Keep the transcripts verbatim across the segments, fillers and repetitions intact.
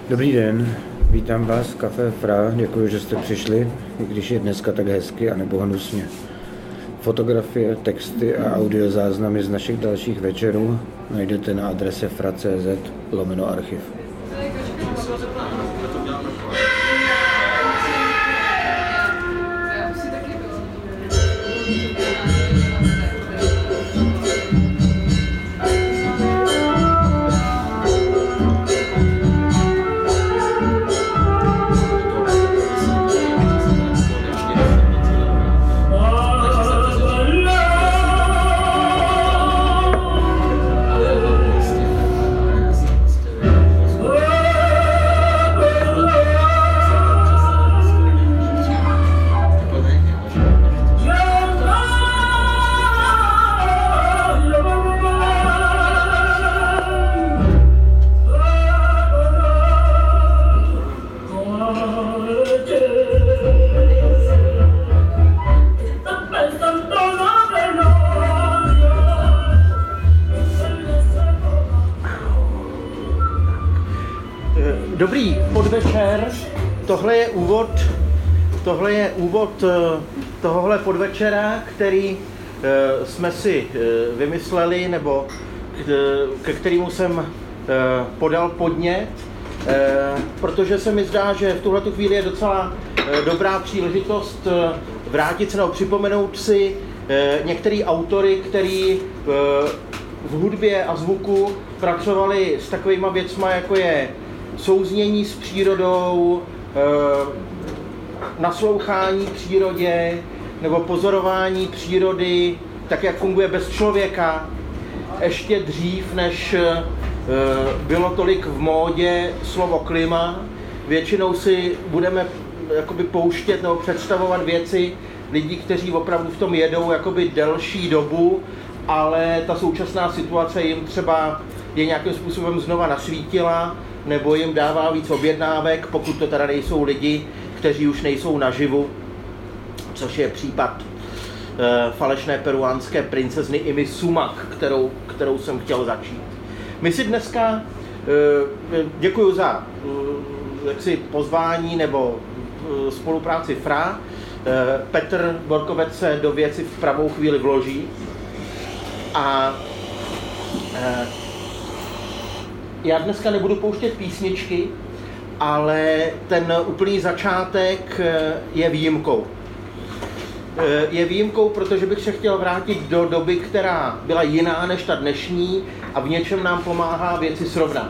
Dobrý den, vítám vás v Café Fra, děkuji, že jste přišli, i když je dneska tak hezky a nebo hnusně. Fotografie, texty a audiozáznamy z našich dalších večerů najdete na adrese fra tečka cz lomeno archiv. Dobrý podvečer, tohle je úvod, tohle je úvod tohohle podvečera, který jsme si vymysleli, nebo ke kterému jsem podal podnět, protože se mi zdá, že v tuhletu chvíli je docela dobrá příležitost vrátit se nebo připomenout si některé autory, který v hudbě a zvuku pracovali s takovýma věcma, jako je souznění s přírodou, naslouchání přírodě nebo pozorování přírody, tak jak funguje bez člověka, ještě dřív, než bylo tolik v módě slovo klima. Většinou si budeme jakoby pouštět nebo představovat věci lidí, kteří opravdu v tom jedou jakoby delší dobu, ale ta současná situace jim třeba je nějakým způsobem znova nasvítila, nebo jim dává víc objednávek, pokud to teda nejsou lidi, kteří už nejsou naživu, což je případ e, falešné peruánské princezny Imy Sumak, kterou, kterou jsem chtěl začít. My si dneska, e, děkuji za e, jaksi pozvání nebo e, spolupráci Fra, e, Petr Borkovec se do věci v pravou chvíli vloží a e, já dneska nebudu pouštět písničky, ale ten úplný začátek je výjimkou. Je výjimkou, protože bych se chtěl vrátit do doby, která byla jiná než ta dnešní a v něčem nám pomáhá věci srovnat.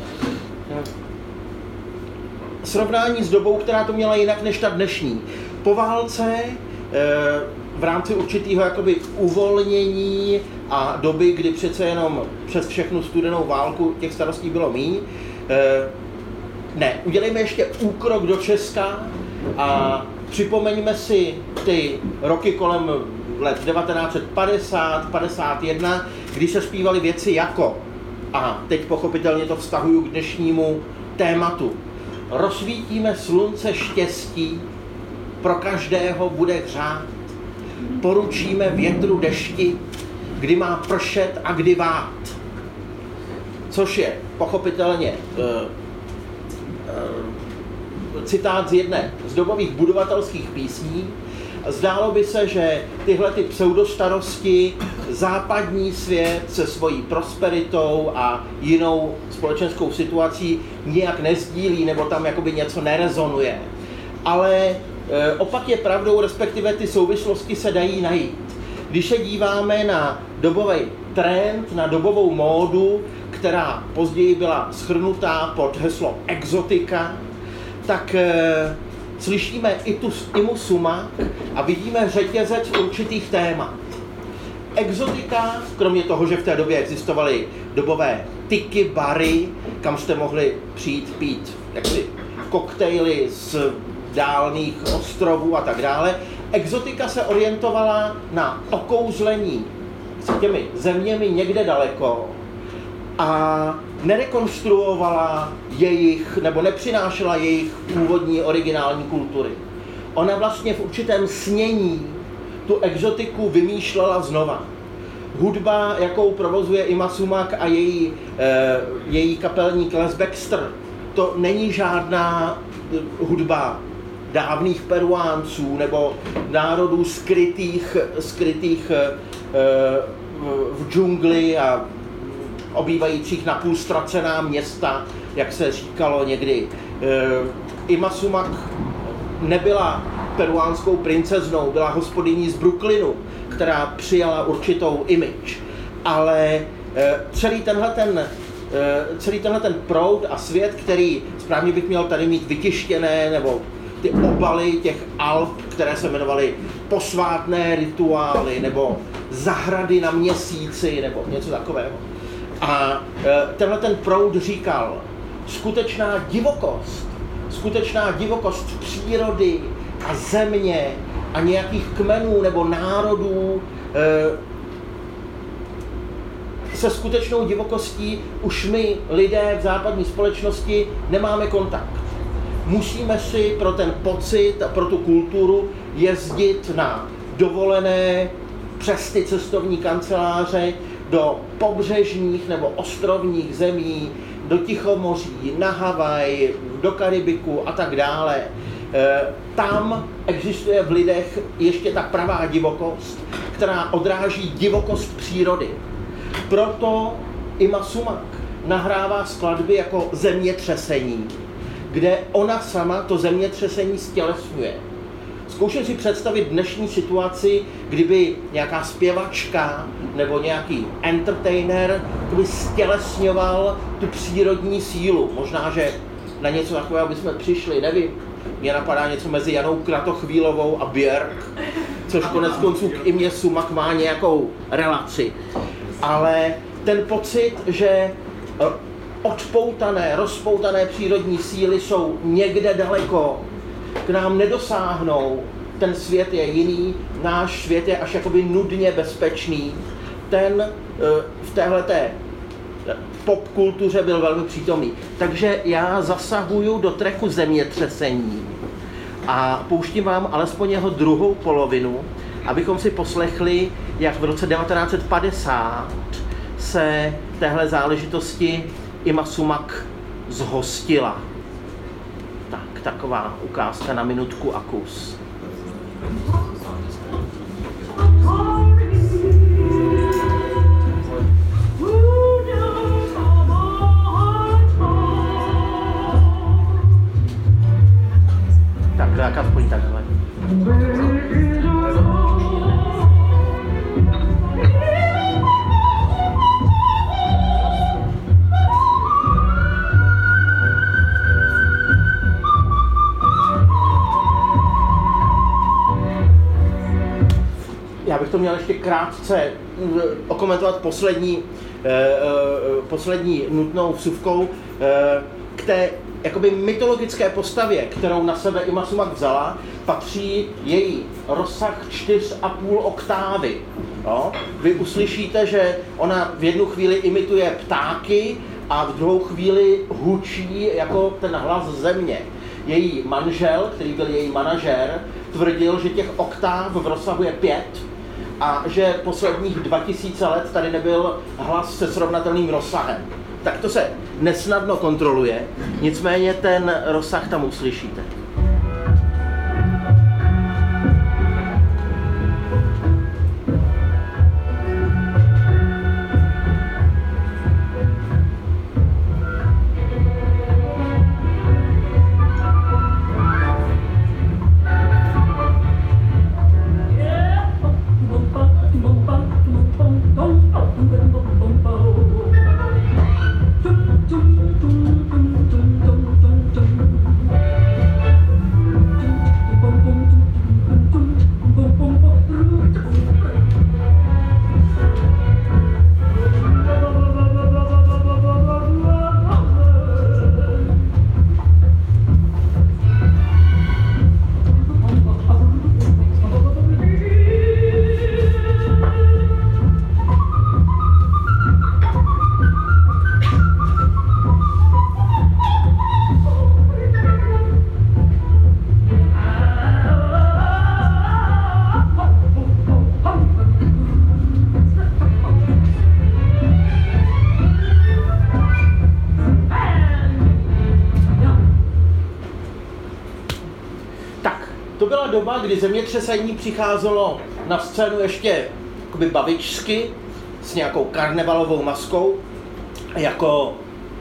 Srovnání s dobou, která to měla jinak než ta dnešní. Po válce v rámci určitého jakoby uvolnění a doby, kdy přece jenom přes všechnu studenou válku těch starostí bylo míň. E, ne, udělejme ještě úkrok do Česka a připomeňme si ty roky kolem let devatenáct set padesát, padesát jedna, kdy se zpívaly věci jako, a teď pochopitelně to vztahuju k dnešnímu tématu, rozsvítíme slunce štěstí, pro každého bude hřát, poručíme větru dešti, kdy má pršet a kdy vát. Což je pochopitelně uh, uh, citát z jedné z dobových budovatelských písní. Zdálo by se, že tyhle ty pseudostarosti západní svět se svojí prosperitou a jinou společenskou situací nijak nezdílí nebo tam jakoby něco nerezonuje. Ale uh, opak je pravdou, respektive ty souvislosti se dají najít. Když se díváme na dobový trend, na dobovou módu, která později byla shrnutá pod heslo exotika, tak e, slyšíme i tu Imu Sumak a vidíme řetězec určitých témat. Exotika, kromě toho, že v té době existovaly dobové tiki bary, kam jste mohli přijít pít jaksi koktejly z dálných ostrovů a tak dále, exotika se orientovala na okouzlení s těmi zeměmi někde daleko a nerekonstruovala jejich, nebo nepřinášela jejich původní originální kultury. Ona vlastně v určitém snění tu exotiku vymýšlela znova. Hudba, jakou provozuje Ima Sumak a její, e, její kapelník Les Baxter, to není žádná hudba dávných Peruánců nebo národů skrytých, skrytých v džungli a obývajících napůl ztracená města, jak se říkalo někdy. Ima Sumac nebyla peruánskou princeznou, byla hospodyní z Brooklynu, která přijala určitou image. Ale celý tenhle ten, celý tenhle ten proud a svět, který správně bych měl tady mít vytištěné, nebo ty obaly těch alb, které se jmenovaly posvátné rituály, nebo zahrady na měsíci, nebo něco takového. A tenhle ten proud říkal, skutečná divokost, skutečná divokost přírody a země a nějakých kmenů nebo národů se skutečnou divokostí už my, lidé v západní společnosti, nemáme kontakt. Musíme si pro ten pocit a pro tu kulturu jezdit na dovolené přes ty cestovní kanceláře do pobřežních nebo ostrovních zemí, do Tichomoří, na Havaj, do Karibiku a tak dále. Tam existuje v lidech ještě ta pravá divokost, která odráží divokost přírody. Proto Ima Sumac nahrává skladby jako zemětřesení, kde ona sama to zemětřesení stělesňuje. Zkouším si představit dnešní situaci, kdyby nějaká zpěvačka nebo nějaký entertainer by stělesňoval tu přírodní sílu. Možná, že na něco takového bychom přišli, nevím. Mně napadá něco mezi Janou Kratochvílovou a Björk, což konec konců k Imě Sumac má nějakou relaci. Ale ten pocit, že odpoutané, rozpoutané přírodní síly jsou někde daleko, k nám nedosáhnou, ten svět je jiný, náš svět je až jakoby nudně bezpečný, ten v téhleté popkultuře byl velmi přítomný. Takže já zasahuju do tracku Zemětřesení a pouštím vám alespoň jeho druhou polovinu, abychom si poslechli, jak v roce devatenáct set padesát se téhle záležitosti Ima Sumac zhostila. Tak, taková ukázka na minutku a kus. Tak, tak aspoň takhle. Já bych to měl ještě krátce okomentovat poslední, poslední nutnou vsuvkou k té jakoby mytologické postavě, kterou na sebe Ima Sumac vzala, patří její rozsah čtyř a půl oktávy. No? Vy uslyšíte, že ona v jednu chvíli imituje ptáky a v druhou chvíli hučí jako ten hlas země. Její manžel, který byl její manažer, tvrdil, že těch oktáv v rozsahu je pět a že posledních dva tisíce let tady nebyl hlas se srovnatelným rozsahem. Tak to se nesnadno kontroluje, nicméně ten rozsah tam uslyšíte. byla doba, kdy zemětřesení přicházelo na scénu ještě jakoby bavičsky, s nějakou karnevalovou maskou, jako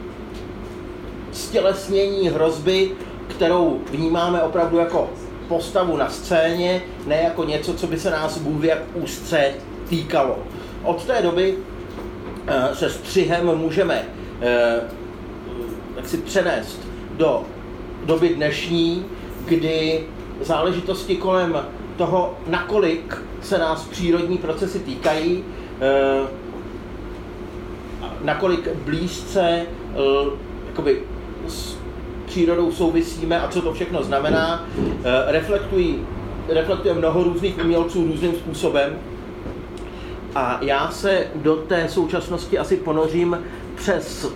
stělesnění hrozby, kterou vnímáme opravdu jako postavu na scéně, ne jako něco, co by se nás Bůh ví jak úzce týkalo. Od té doby se střihem můžeme tak si přenést do doby dnešní, kdy záležitosti kolem toho, nakolik se nás přírodní procesy týkají, nakolik blízce jakoby, s přírodou souvisíme a co to všechno znamená, reflektují, reflektuje mnoho různých umělců různým způsobem. A já se do té současnosti asi ponořím přes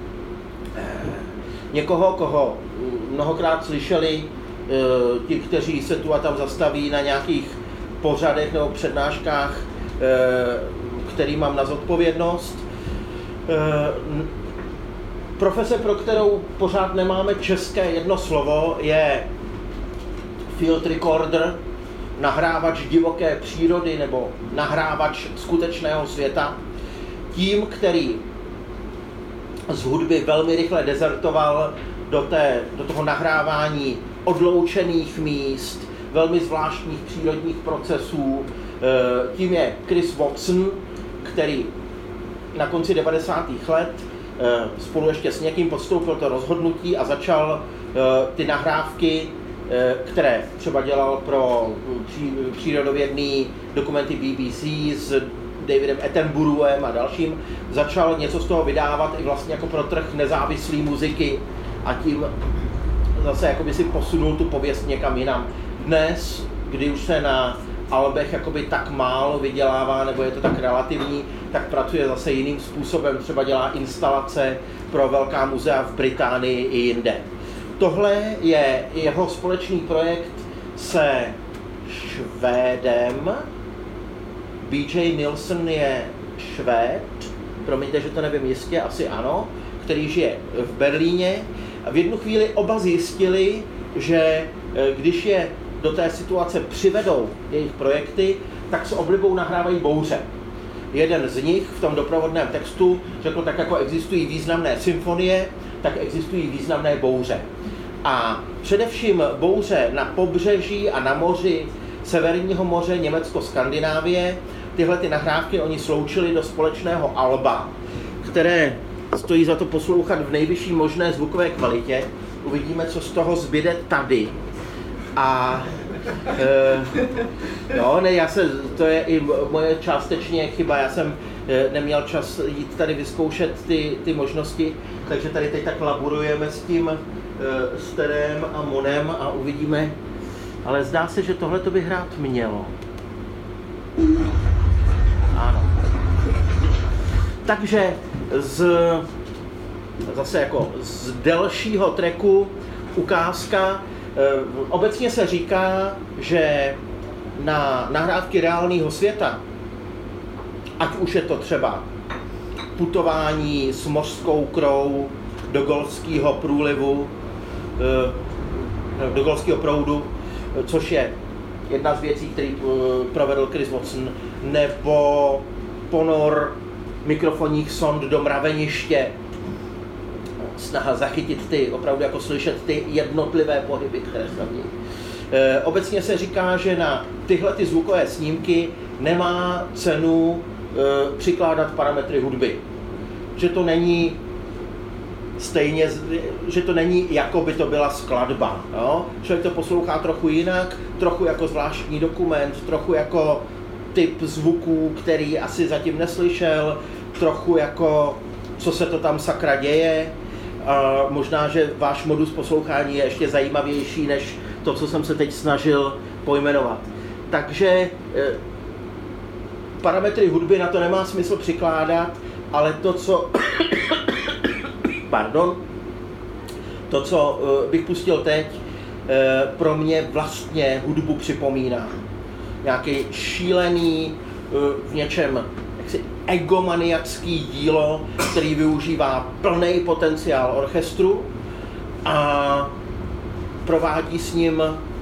někoho, koho mnohokrát slyšeli ti, kteří se tu a tam zastaví na nějakých pořadech nebo přednáškách, který mám na zodpovědnost. Profese, pro kterou pořád nemáme české jedno slovo, je field recorder, nahrávač divoké přírody nebo nahrávač skutečného světa. Tím, který z hudby velmi rychle dezertoval do, té, do toho nahrávání odloučených míst, velmi zvláštních přírodních procesů. Tím je Chris Watson, který na konci devadesátých let spolu ještě s někým podstoupil to rozhodnutí a začal ty nahrávky, které třeba dělal pro přírodovědný dokumenty B B C s Davidem Attenboroughom a dalším, začal něco z toho vydávat i vlastně jako pro trh nezávislý muziky a tím zase jakoby si posunul tu pověst někam jinam. Dnes, kdy už se na albech jakoby tak málo vydělává, nebo je to tak relativní, tak pracuje zase jiným způsobem, třeba dělá instalace pro velká muzea v Británii i jinde. Tohle je jeho společný projekt se Švédem. B J Nilsson je Švéd, promiňte, že to nevím jistě, asi ano, který žije v Berlíně. A v jednu chvíli oba zjistili, že když je do té situace přivedou jejich projekty, tak s oblibou nahrávají bouře. Jeden z nich v tom doprovodném textu řekl, tak jako existují významné symfonie, tak existují významné bouře. A především bouře na pobřeží a na moři Severního moře, Německo, Skandinávie, tyhle ty nahrávky oni sloučili do společného alba, které stojí za to poslouchat v nejvyšší možné zvukové kvalitě. Uvidíme, co z toho zbyde tady. A e, jo, ne, já se, to je i moje částečně chyba, já jsem e, neměl čas jít tady vyzkoušet ty, ty možnosti, takže tady teď tak laborujeme s tím e, stereem a monem a uvidíme, ale zdá se, že tohle to by hrát mělo. Ano. Takže z, zase jako z delšího tracku ukázka. Obecně se říká, že na nahrávky reálného světa, ať už je to třeba putování s mořskou krou do Golfského průlivu, do Golfského proudu, což je jedna z věcí, který provedl Chris Watson, nebo ponor mikrofonních sond do mraveniště, snaha zachytit ty, opravdu jako slyšet ty jednotlivé pohyby, které se tam dějí. E, obecně se říká, že na tyhle ty zvukové snímky nemá cenu e, přikládat parametry hudby. Že to není stejně, že to není jako by to byla skladba. Jo? Člověk to poslouchá trochu jinak, trochu jako zvláštní dokument, trochu jako typ zvuků, který asi zatím neslyšel, trochu jako co se to tam sakra děje. A možná, že váš modus poslouchání je ještě zajímavější než to, co jsem se teď snažil pojmenovat. Takže e, parametry hudby na to nemá smysl přikládat, ale to, co pardon, to, co e, bych pustil teď, e, pro mě vlastně hudbu připomíná. Nějaký šílený, e, v něčem jaksi egomaniacký dílo, který využívá plný potenciál orchestru a provádí s ním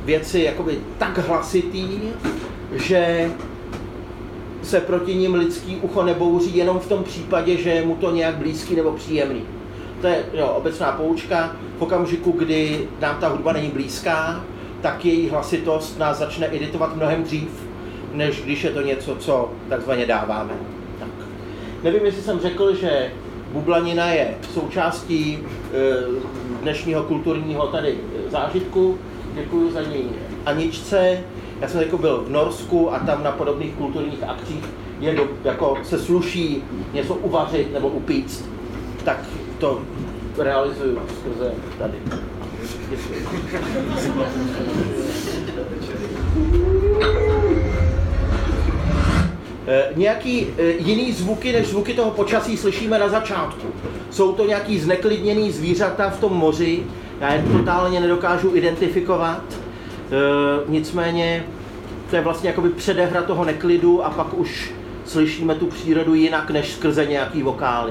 věci jakoby tak hlasitý, že se proti ním lidský ucho nebouří jenom v tom případě, že je mu to nějak blízký nebo příjemný. To je jo, obecná poučka. V okamžiku, kdy nám ta hudba není blízká, tak její hlasitost nás začne iritovat mnohem dřív, než když je to něco, co takzvaně dáváme. Tak. Nevím, jestli jsem řekl, že bublanina je součástí e, dnešního kulturního tady zážitku. Děkuji za ní Aničce. Já jsem jako byl v Norsku a tam na podobných kulturních akcích je do, jako se sluší něco uvařit nebo upíct. Tak to realizuju skrze tady. Děkuji. E, nějaký e, jiný zvuky než zvuky toho počasí slyšíme na začátku. Jsou to nějaký zneklidněný zvířata v tom moři, já je totálně nedokážu identifikovat, e, nicméně to je vlastně jakoby předehra toho neklidu a pak už slyšíme tu přírodu jinak než skrze nějaký vokály.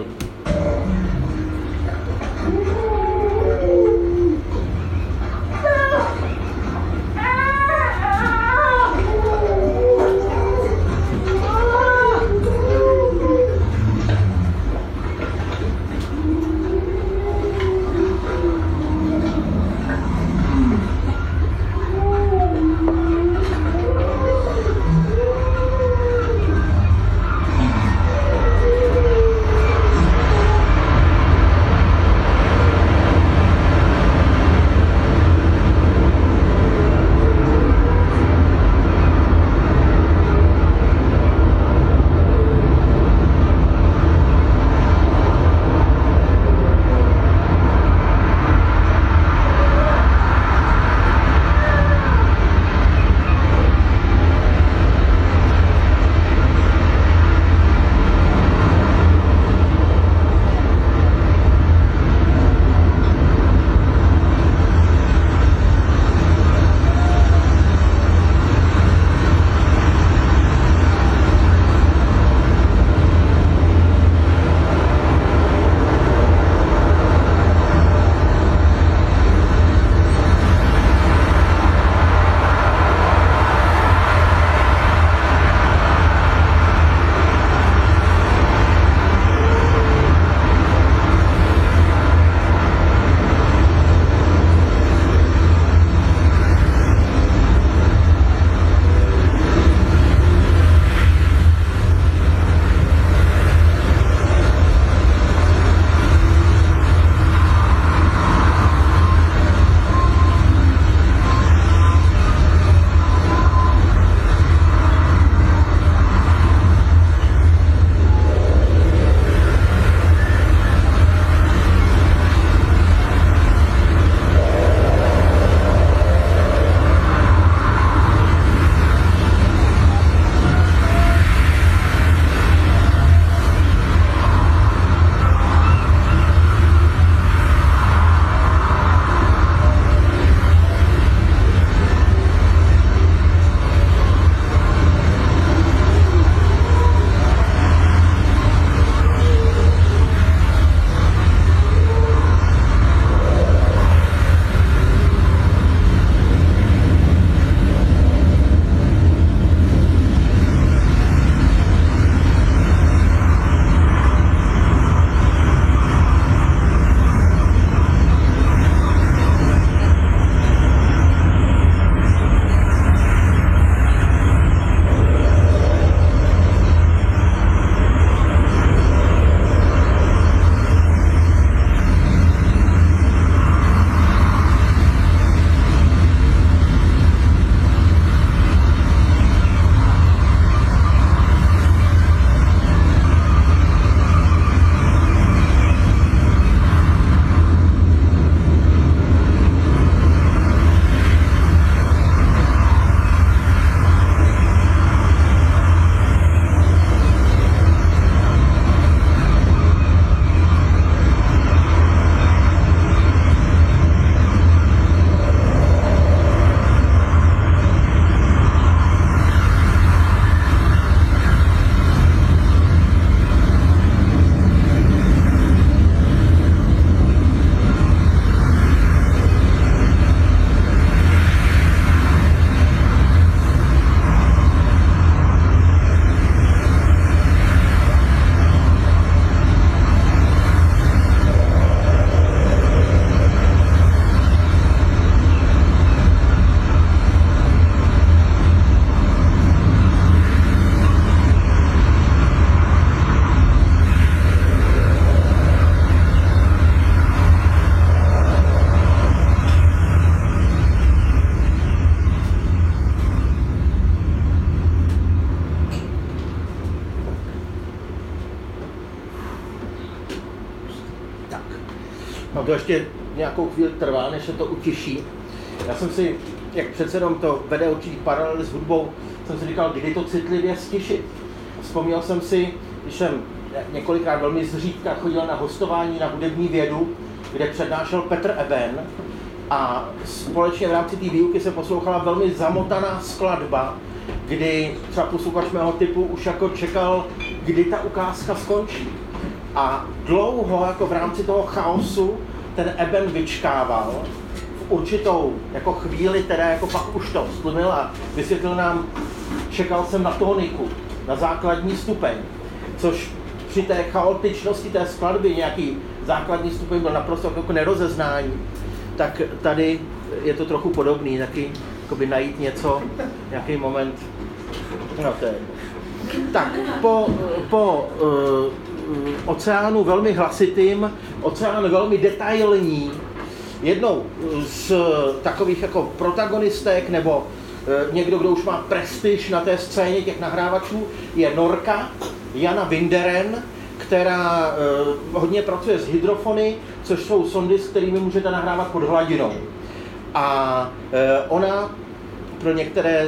On to ještě nějakou chvíli trvá, než se to utiší. Já jsem si, jak přece jenom to vede určitý paralely s hudbou, jsem si říkal, kdy to citlivě stišit. Vzpomněl jsem si, když jsem několikrát velmi zřídka chodil na hostování na hudební vědu, kde přednášel Petr Eben a společně v rámci té výuky se poslouchala velmi zamotaná skladba, kdy třeba posluchač mého typu už jako čekal, kdy ta ukázka skončí. A dlouho jako v rámci toho chaosu ten Eben vyčkával v určitou jako chvíli, teda jako pak už to stlumil a vysvětlil nám, čekal jsem na tóniku, na základní stupeň, což při té chaotičnosti té skladby nějaký základní stupeň byl naprosto jako nerozeznání, tak tady je to trochu podobný, taky jakoby najít něco, nějaký moment. No to je. Tak, po, po uh, oceánu velmi hlasitým, oceán velmi detailní, jednou z takových jako protagonistek nebo uh, někdo, kdo už má prestiž na té scéně těch nahrávačů, je Norka Jana Winderen, která uh, hodně pracuje s hydrofony, což jsou sondy, s kterými můžete nahrávat pod hladinou. A uh, ona pro některé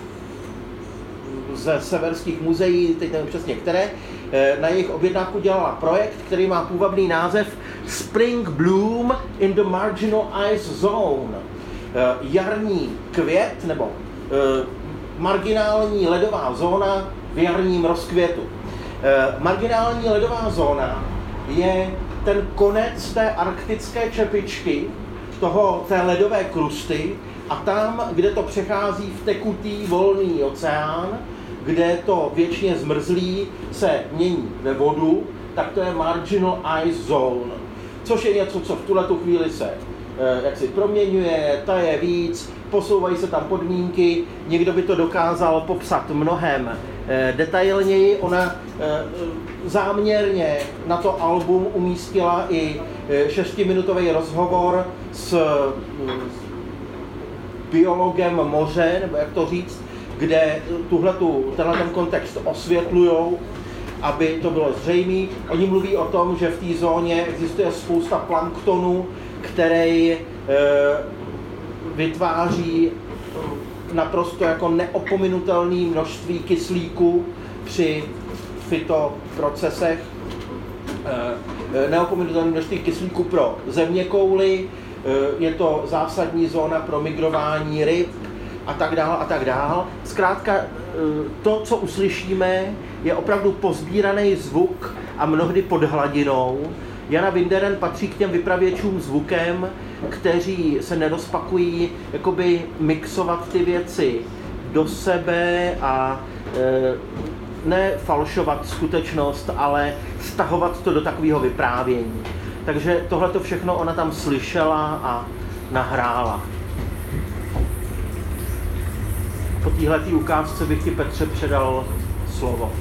ze severských muzeí, teď nevím přesně které, na jejich objednávku dělala projekt, který má půvabný název Spring Bloom in the Marginal Ice Zone. Jarní květ, nebo marginální ledová zóna v jarním rozkvětu. Marginální ledová zóna je ten konec té arktické čepičky, toho, té ledové krusty, a tam, kde to přechází v tekutý volný oceán, kde to věčně zmrzlý se mění ve vodu, tak to je Marginal Ice Zone, což je něco, co v tuhletu chvíli se eh, jaksi proměňuje, taje víc, posouvají se tam podmínky, někdo by to dokázal popsat mnohem eh, detailněji. Ona eh, záměrně na to album umístila i eh, šestiminutový rozhovor s eh, biologem moře, nebo jak to říct, kde tuhletu, tenhle ten kontext osvětlujou, aby to bylo zřejmé. Oni mluví o tom, že v té zóně existuje spousta planktonu, který e, vytváří naprosto jako neopominutelné množství kyslíku při fytoprocesech, e, neopominutelné množství kyslíku pro zeměkouly, e, je to zásadní zóna pro migrování ryb, a tak dál, a tak dál. Zkrátka, to, co uslyšíme, je opravdu pozbíraný zvuk a mnohdy pod hladinou. Jana Winderen patří k těm vypravěčům zvukem, kteří se nerozpakují jakoby mixovat ty věci do sebe a e, ne falšovat skutečnost, ale stahovat to do takového vyprávění. Takže tohle to všechno ona tam slyšela a nahrála. Po téhletý ukázce bych ti, Petře, předal slovo.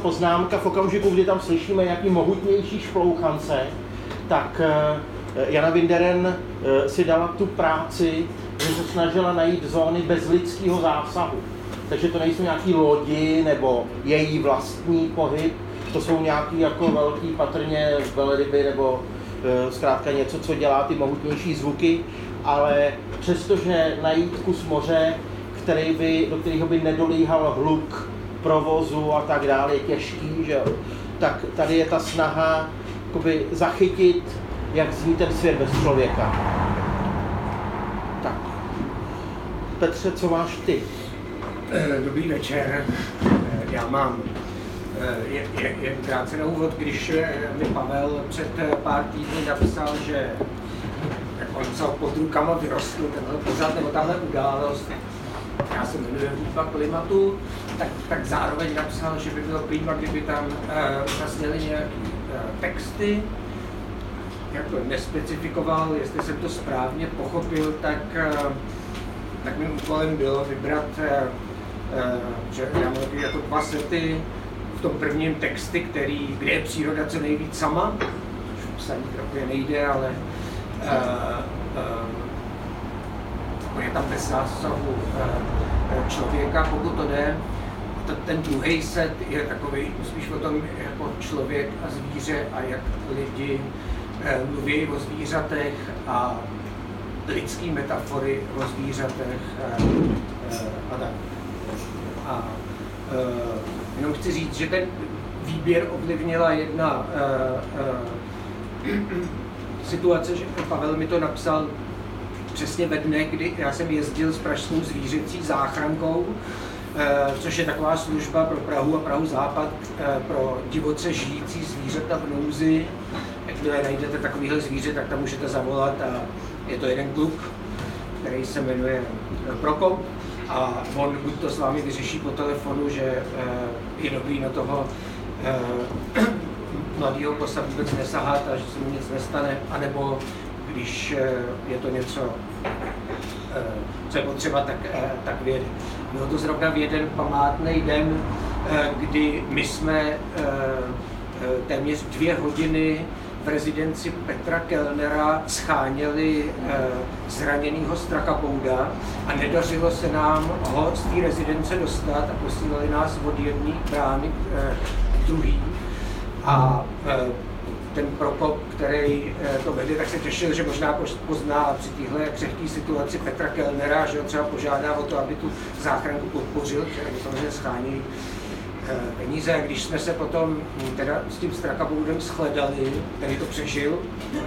poznámka v okamžiku, kdy tam slyšíme nějaký mohutnější šplouchance, tak Jana Winderen si dala tu práci, že se snažila najít zóny bez lidského zásahu. Takže to nejsou nějaký lodi nebo její vlastní pohyb, to jsou nějaký jako velký patrně velryby nebo zkrátka něco, co dělá ty mohutnější zvuky, ale přestože najít kus moře, který by, do kterého by nedolíhal hluk provozu a tak dále, je těžký, že? Tak tady je ta snaha jakoby zachytit, jak zní ten svět bez člověka. Tak. Petře, co máš ty? Dobrý večer. Já mám jen, jen krátce na úvod, když mi Pavel před pár týdny napsal, že on psal pod rukama vyrostl tenhle pořad nebo tahle událost, já se jmenuji Hudba klimatu, tak, tak zároveň napsal, že by bylo prýma, kdyby tam uh, zazněly nějaké uh, texty. Jak to nespecifikoval, jestli jsem to správně pochopil, tak, uh, tak mým úkolem bylo vybrat, uh, uh, že já mám jako dva sety v tom prvním texty, který, kde je příroda co nejvíc sama, což v psaní trochu nejde, ale uh, uh, je tam bez zásahu uh, člověka, pokud to jde. Ten druhý set je takový spíš o tom jako člověk a zvíře a jak lidi eh, mluví o zvířatech a lidský metafory o zvířatech eh, eh, a tak. A eh, jenom chci říct, že ten výběr ovlivnila jedna eh, eh, situace, že Pavel mi to napsal přesně ve dne, kdy já jsem jezdil s pražskou zvířecí záchrankou, což je taková služba pro Prahu a Prahu Západ, pro divoce žijící zvířata v nouzi. Jakmile najdete takovýhle zvíře, tak tam můžete zavolat a je to jeden kluk, který se jmenuje Prokop a on buď to s vámi vyřeší po telefonu, že je dobrý na toho mladýho kosa vůbec nesahat a že se mu nic nestane, anebo když je to něco, co je potřeba, tak, tak vyjede. Bylo to zrovna v jeden památný den, kdy my jsme téměř dvě hodiny v rezidenci Petra Kellnera scháněli zraněnýho strakabouda a nedařilo se nám ho z té rezidence dostat a posílali nás od jedné brány k druhý. A ten Prokop, který to vede, tak se těšil, že možná pozná při téhle křehké situaci Petra Kellnera, že ho třeba požádá o to, aby tu záchranku podpořil, že oni samozřejmě schání peníze. A když jsme se potom teda s tím strakaboudem shledali, který to přežil,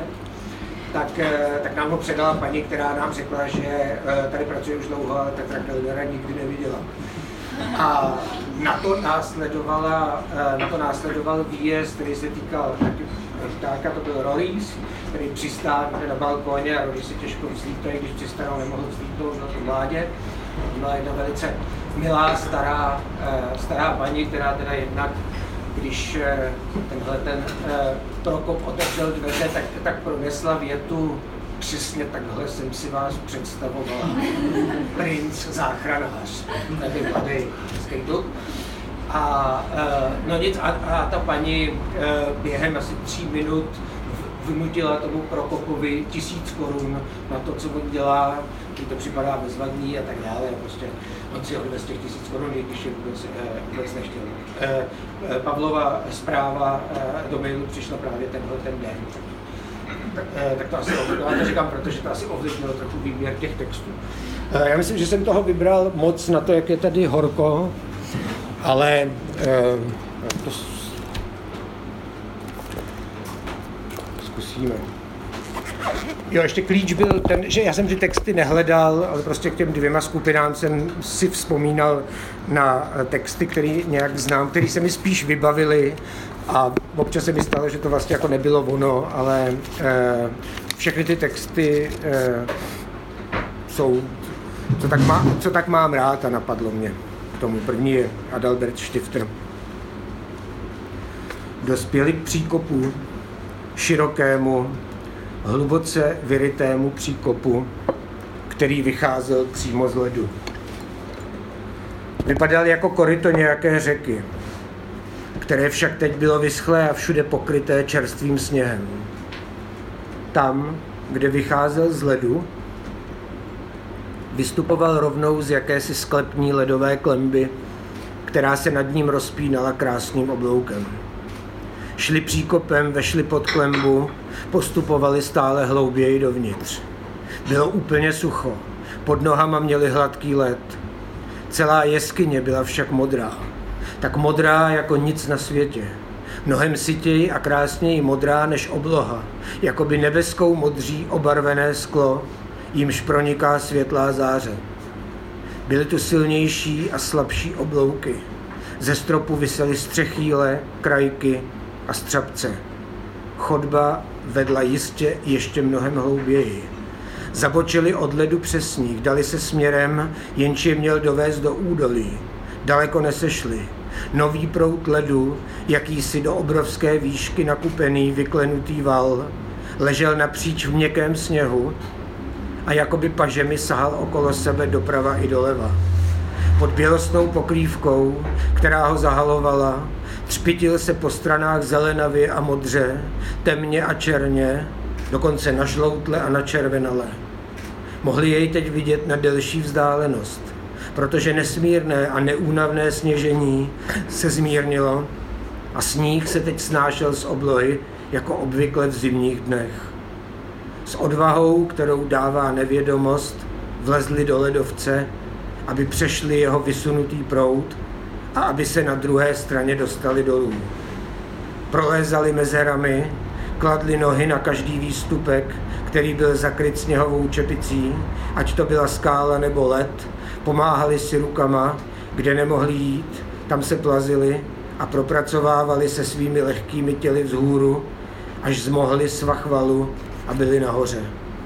tak, tak nám ho předala paní, která nám řekla, že tady pracuje už dlouho, ale Petra Kellnera nikdy neviděla. A na to, následovala, na to následoval výjezd, který se týkal taky ptáka, to byl Roris, který přistál na balkóně a Roris si těžko vzlítl, když přistál, nemohl vzlítnout na to mládě. Byla jedna velice milá stará, stará paní, která teda jednak, když tenhle ten Prokop otevřel dveře, tak, tak pronesla větu: přesně takhle jsem si vás představovala. Princ, záchranář, tady mladý hezký kluk. A no nic, a, a ta paní během asi tří minut vynutila tomu Prokopovi tisíc korun na to, co on dělá, když to připadá bezvadný a tak dále. A prostě on si odvez těch tisíc korun, když je vůbec, vůbec nechtěl. Pavlova zpráva do mailu přišla právě tenhle ten den. Tak, tak to asi ovlivnilo, já to říkám, protože to asi ovlivnilo trochu výběr těch textů. Já myslím, že jsem toho vybral moc na to, jak je tady horko, ale to zkusíme. Jo, ještě klíč byl ten, že já jsem ty texty nehledal, ale prostě k těm dvěma skupinám jsem si vzpomínal na texty, které nějak znám, které se mi spíš vybavily. A občas se mi stalo, že to vlastně jako nebylo ono, ale eh, všechny ty texty eh, jsou, co tak, má, co tak mám rád a napadlo mě k tomu. První je Adalbert Stifter. Dospěli k příkopu, širokému, hluboce vyrytému příkopu, který vycházel přímo z ledu. Vypadal jako koryto nějaké řeky, které však teď bylo vyschlé a všude pokryté čerstvým sněhem. Tam, kde vycházel z ledu, vystupoval rovnou z jakési sklepní ledové klemby, která se nad ním rozpínala krásným obloukem. Šli příkopem, vešli pod klembu, postupovali stále hlouběji dovnitř. Bylo úplně sucho, pod nohama měli hladký led. Celá jeskyně byla však modrá, tak modrá jako nic na světě. Mnohem sytěji a krásněji modrá než obloha, jako by nebeskou modří obarvené sklo, jímž proniká světlá záře. Byly tu silnější a slabší oblouky. Ze stropu visely střechýle, krajky a střapce. Chodba vedla jistě ještě mnohem hlouběji. Zabočili od ledu přes sníh, dali se směrem, jenž je měl dovést do údolí. Daleko nesešli. Nový proud ledu, jakýsi do obrovské výšky nakupený, vyklenutý val, ležel napříč v měkkém sněhu a jakoby pažemi sahal okolo sebe doprava i doleva. Pod bělostnou pokrývkou, která ho zahalovala, třpitil se po stranách zelenavě a modře, temně a černě, dokonce nažloutle a načervenale. Mohli jej teď vidět na delší vzdálenost, protože nesmírné a neúnavné sněžení se zmírnilo a sníh se teď snášel z oblohy jako obvykle v zimních dnech. S odvahou, kterou dává nevědomost, vlezli do ledovce, aby přešli jeho vysunutý proud a aby se na druhé straně dostali dolů. Prolézali mezerami, kladli nohy na každý výstupek, který byl zakryt sněhovou čepicí, ať to byla skála nebo led, pomáhali si rukama, kde nemohli jít, tam se plazili a propracovávali se svými lehkými těly vzhůru, až zmohli svah valu a byli nahoře.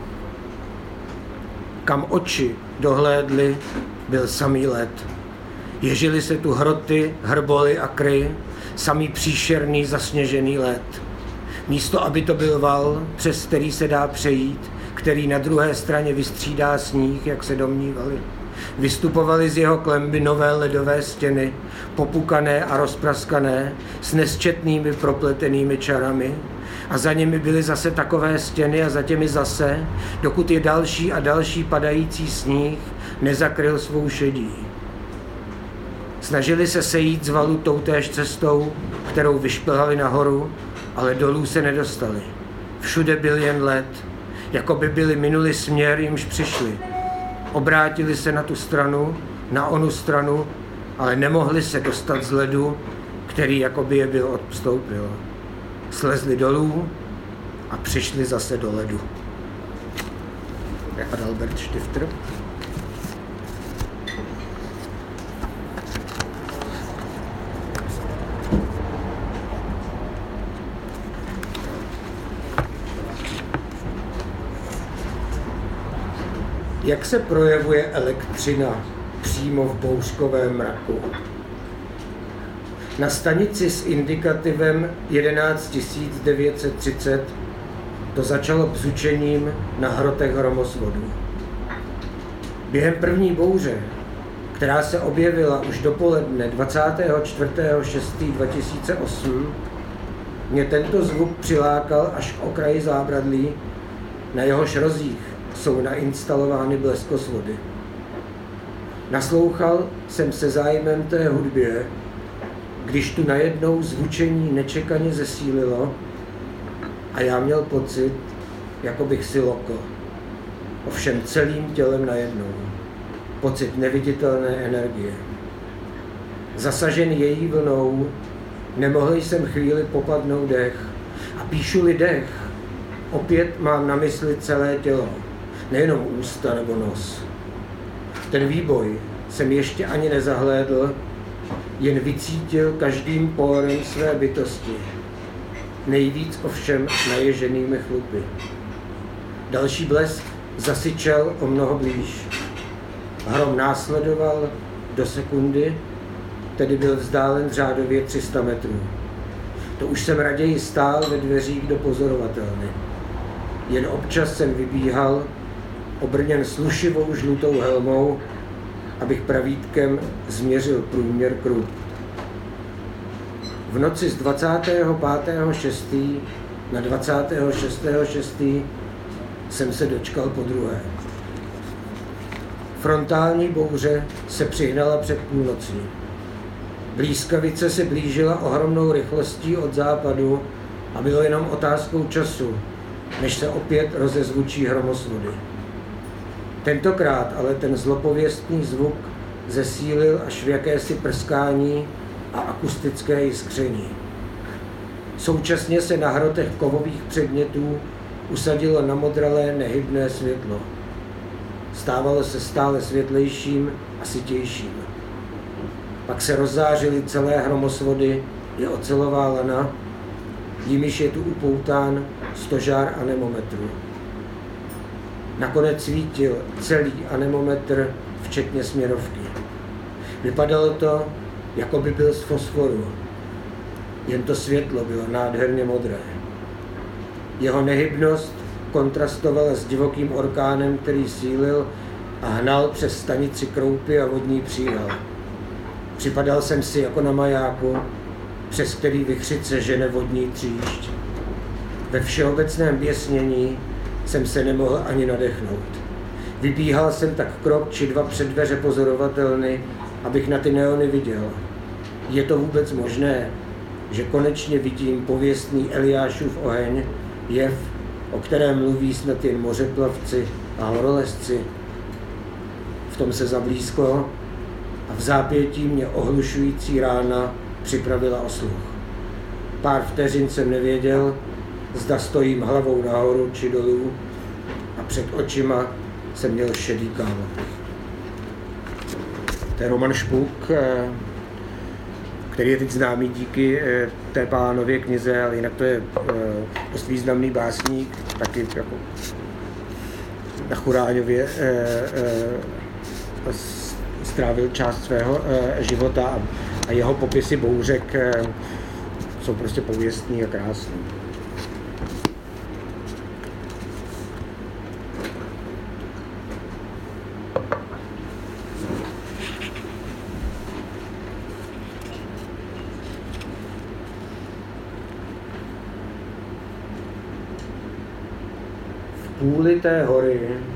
Kam oči dohlédli, byl samý led. Ježily se tu hroty, hrboly a kry, samý příšerný zasněžený led. Místo, aby to byl val, přes který se dá přejít, který na druhé straně vystřídá sníh, jak se domnívali. Vystupovaly z jeho klemby nové ledové stěny, popukané a rozpraskané, s nesčetnými propletenými čarami, a za nimi byly zase takové stěny a za těmi zase, dokud je další a další padající sníh nezakryl svou šedí. Snažili se sejít z valu toutéž cestou, kterou vyšplhali nahoru, ale dolů se nedostali. Všude byl jen led, jako by byli minuli směr, jimž přišli. Obrátili se na tu stranu, na onu stranu, ale nemohli se dostat z ledu, který jakoby je byl odstoupil. Slezli dolů a přišli zase do ledu. Adalbert Stifter. Jak se projevuje elektřina přímo v bouřkovém mraku? Na stanici s indikativem jedenáct tisíc devět set třicet to začalo bzučením na hrotech hromosvodů. Během první bouře, která se objevila už dopoledne dvacátého čtvrtého šestého dva tisíce osm, mě tento zvuk přilákal až k okraji zábradlí, na jehož rozích jsou nainstalovány bleskosvody. Naslouchal jsem se zájmem té hudbě, když tu najednou zvučení nečekaně zesílilo a já měl pocit, jako bych si lokl. Ovšem celým tělem najednou. Pocit neviditelné energie. Zasažen její vlnou, nemohl jsem chvíli popadnout dech. A píšu-li dech, opět mám na mysli celé tělo, nejenom ústa nebo nos. Ten výboj jsem ještě ani nezahlédl, jen vycítil každým pórem své bytosti, nejvíc ovšem naježenými chlupy. Další blesk zasyčel o mnoho blíž. Hrom následoval do sekundy, tedy byl vzdálen řádově tři sta metrů. To už jsem raději stál ve dveřích do pozorovatelny. Jen občas jsem vybíhal, obrněn slušivou žlutou helmou, abych pravítkem změřil průměr kruh. V noci z dvacátého pátého šestého na dvacátého šestého šestého jsem se dočkal podruhé. Frontální bouře se přihnala před půlnocí. Blízkavice se blížila ohromnou rychlostí od západu a bylo jenom otázkou času, než se opět rozezvučí hromosvody. Tentokrát ale ten zlopověstný zvuk zesílil až v jakési prskání a akustické jiskření. Současně se na hrotech kovových předmětů usadilo namodralé nehybné světlo. Stávalo se stále světlejším a sytějším. Pak se rozzářily celé hromosvody i ocelová lana, jimiž je tu upoután stožár anemometru. Nakonec svítil celý anemometr, včetně směrovky. Vypadalo to, jako by byl z fosforu. Jen to světlo bylo nádherně modré. Jeho nehybnost kontrastovala s divokým orkánem, který sílil a hnal přes stanici Kroupy a vodní příval. Připadal jsem si jako na majáku, přes který vichřice žene vodní tříšť. Ve všeobecném běsnění jsem se nemohl ani nadechnout. Vybíhal jsem tak krok či dva před dveře pozorovatelny, abych na ty neony viděl. Je to vůbec možné, že konečně vidím pověstný Eliášův oheň, jev, o kterém mluví snad jen mořeplavci a horolezci? V tom se zablízklo a v zápětí mě ohlušující rána připravila o sluch. Pár vteřin jsem nevěděl, zda stojím hlavou nahoru či dolů a před očima jsem měl šedý kámo. To je Roman Špuk, který je teď známý díky té Pánově knize, ale jinak to je dost významný básník, taky jako na Churáňově strávil část svého života a jeho popisy bouřek jsou prostě pověstný a krásný. Půli té hory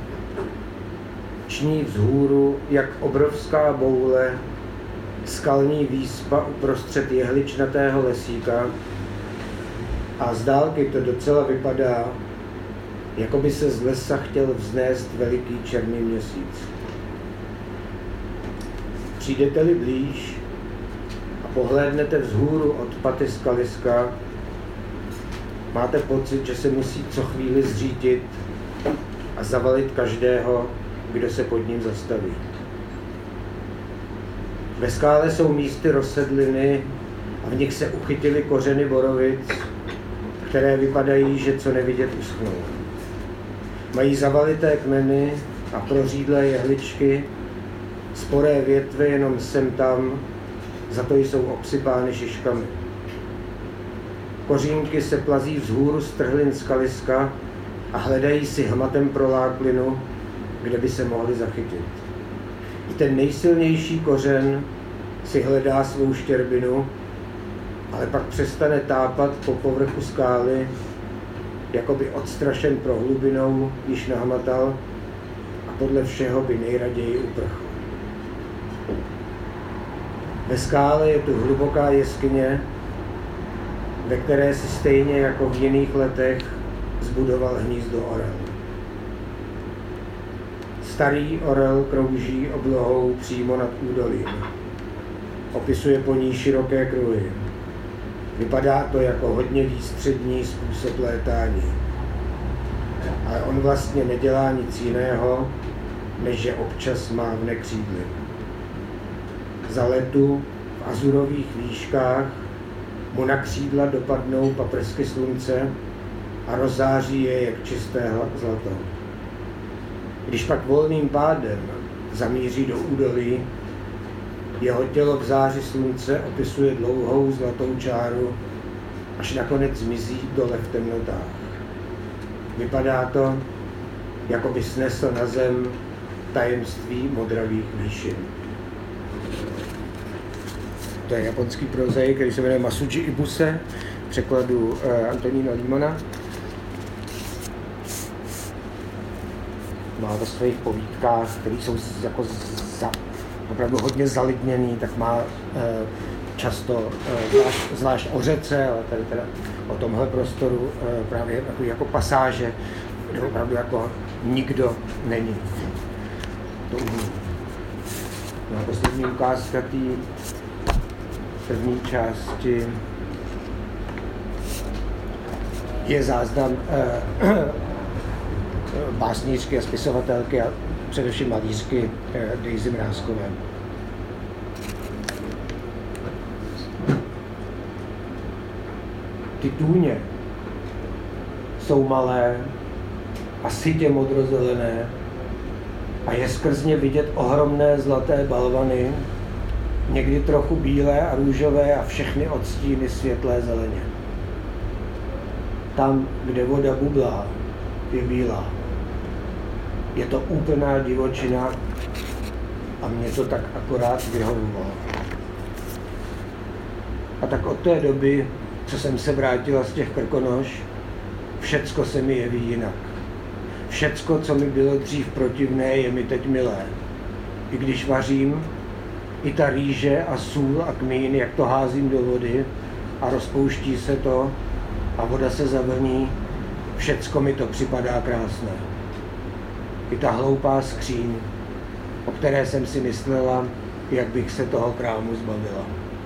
ční vzhůru, jak obrovská boule, skalní výspa uprostřed jehličnatého lesíka a z dálky to docela vypadá, jako by se z lesa chtěl vznést veliký černý měsíc. Přijdete-li blíž a pohlédnete vzhůru od paty skaliska, máte pocit, že se musí co chvíli zřítit a zavalit každého, kdo se pod ním zastaví. Ve skále jsou místy rozsedliny a v nich se uchytily kořeny borovic, které vypadají, že co nevidět uschnou. Mají zavalité kmeny a prořídlé jehličky, sporé větve jenom sem tam, za to jsou obsypány šiškami. Kořínky se plazí vzhůru z trhlin skaliska a hledají si hmatem proláklinu, kde by se mohli zachytit. I ten nejsilnější kořen si hledá svou štěrbinu, ale pak přestane tápat po povrchu skály, jako by odstrašen prohlubinou již nahmatal a podle všeho by nejraději uprchl. Ve skále je tu hluboká jeskyně, ve které si stejně jako v jiných letech zbudoval hnízdo orel. Starý orel krouží oblohou přímo nad údolím. Opisuje po ní široké kruhy. Vypadá to jako hodně výstřední způsob létání. Ale on vlastně nedělá nic jiného, než že občas mávne křídly. Za letu v azurových výškách mu na křídla dopadnou paprsky slunce a rozzáří je jak čisté zlato. Když pak volným pádem zamíří do údolí, jeho tělo v záři slunce opisuje dlouhou zlatou čáru, až nakonec zmizí dole v temnotách. Vypadá to, jako by snesl na zem tajemství modravých výšin. to je japonský prozaik, který se jmenuje Masuji Ibuse, v překladu uh, Antonína Límana. Má ve svých povídkách, které jsou jako za, opravdu hodně zalidněný, tak má uh, často, uh, zvlášť, zvlášť o řece, ale tady teda o tomhle prostoru uh, právě takový jako pasáže, kde opravdu jako nikdo není. To umí. No a poslední ukázka té první části je záznam eh, básníčky a spisovatelky a především malířky eh, Daisy Mrázkové. Ty tůně jsou malé a sytě modrozelené a je skrz ně vidět ohromné zlaté balvany, někdy trochu bílé a růžové a všechny odstíny světlé zeleně. Tam, kde voda bublá, je bílá. Je to úplná divočina a mě to tak akorát vyhovovalo. A tak od té doby, co jsem se vrátila z těch Krkonoš, všecko se mi jeví jinak. Všecko, co mi bylo dřív protivné, je mi teď milé. I když vařím, i ta rýže a sůl a kmín, jak to házím do vody a rozpouští se to a voda se zavlní, všecko mi to připadá krásné. I ta hloupá skříň, o které jsem si myslela, jak bych se toho krámu zbavila.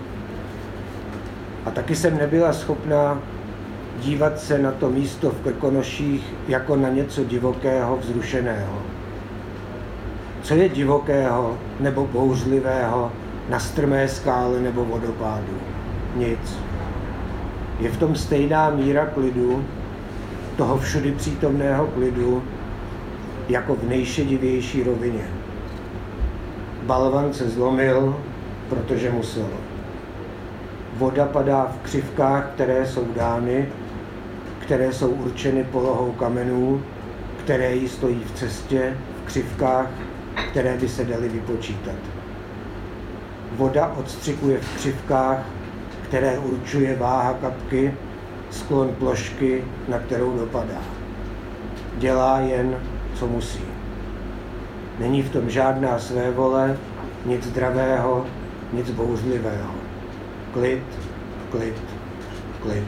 A taky jsem nebyla schopná dívat se na to místo v Krkonoších jako na něco divokého, vzrušeného. Co je divokého nebo bouřlivého na strmé skále nebo vodopádu? Nic. Je v tom stejná míra klidu, toho všudy přítomného klidu, jako v nejšedivější rovině. Balvan se zlomil, protože musel. Voda padá v křivkách, které jsou dány, které jsou určeny polohou kamenů, které jí stojí v cestě, v křivkách, které by se daly vypočítat. Voda odstřikuje v křivkách, které určuje váha kapky, sklon plošky, na kterou dopadá. Dělá jen, co musí. Není v tom žádná svévole, nic zdravého, nic bouřlivého. Klid, klid, klid.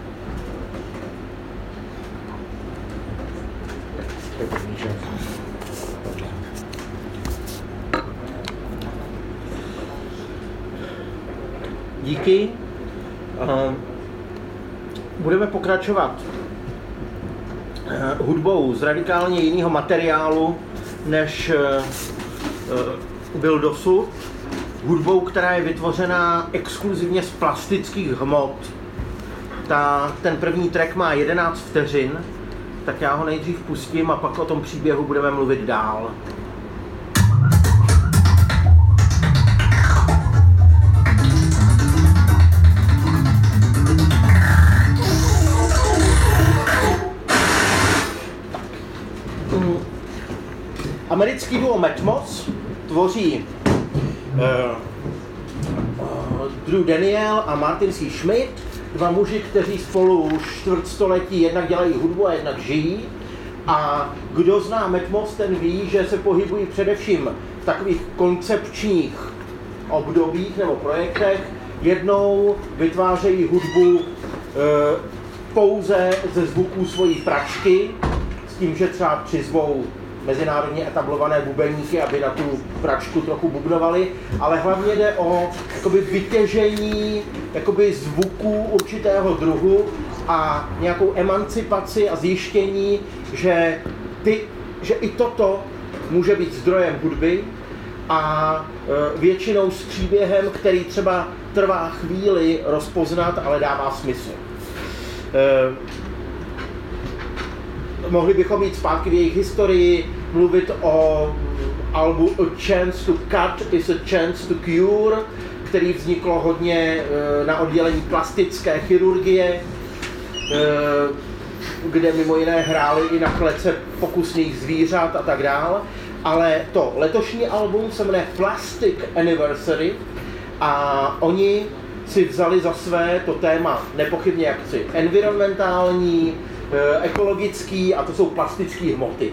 To je první část. Díky. Budeme pokračovat hudbou z radikálně jiného materiálu, než byl dosud. Hudbou, která je vytvořená exkluzivně z plastických hmot. Ta, ten první track má jedenáct vteřin, tak já ho nejdřív pustím a pak o tom příběhu budeme mluvit dál. Americký duo Matmos tvoří uh, uh, Drew Daniel a Martin C. Schmidt, dva muži, kteří spolu čtvrtstoletí jednak dělají hudbu a jednak žijí. A kdo zná Matmos, ten ví, že se pohybují především v takových koncepčních obdobích nebo projektech. Jednou vytvářejí hudbu uh, pouze ze zvuků svojí pračky, s tím, že třeba přizvou mezinárodně etablované bubeníky, aby na tu pračku trochu bubnovali, ale hlavně jde o jakoby vytěžení jakoby zvuků určitého druhu a nějakou emancipaci a zjištění, že, ty, že i toto může být zdrojem hudby a e, většinou s příběhem, který třeba trvá chvíli rozpoznat, ale dává smysl. E, Mohli bychom jít zpátky v jejich historii, mluvit o albu A Chance to Cut is a Chance to Cure, který vzniklo hodně na oddělení plastické chirurgie, kde mimo jiné hráli i na klece pokusných zvířat a tak dále. Ale to letošní album se jmenuje Plastic Anniversary a oni si vzali za své to téma nepochybně jaksi environmentální, ekologický a to jsou plastické hmoty.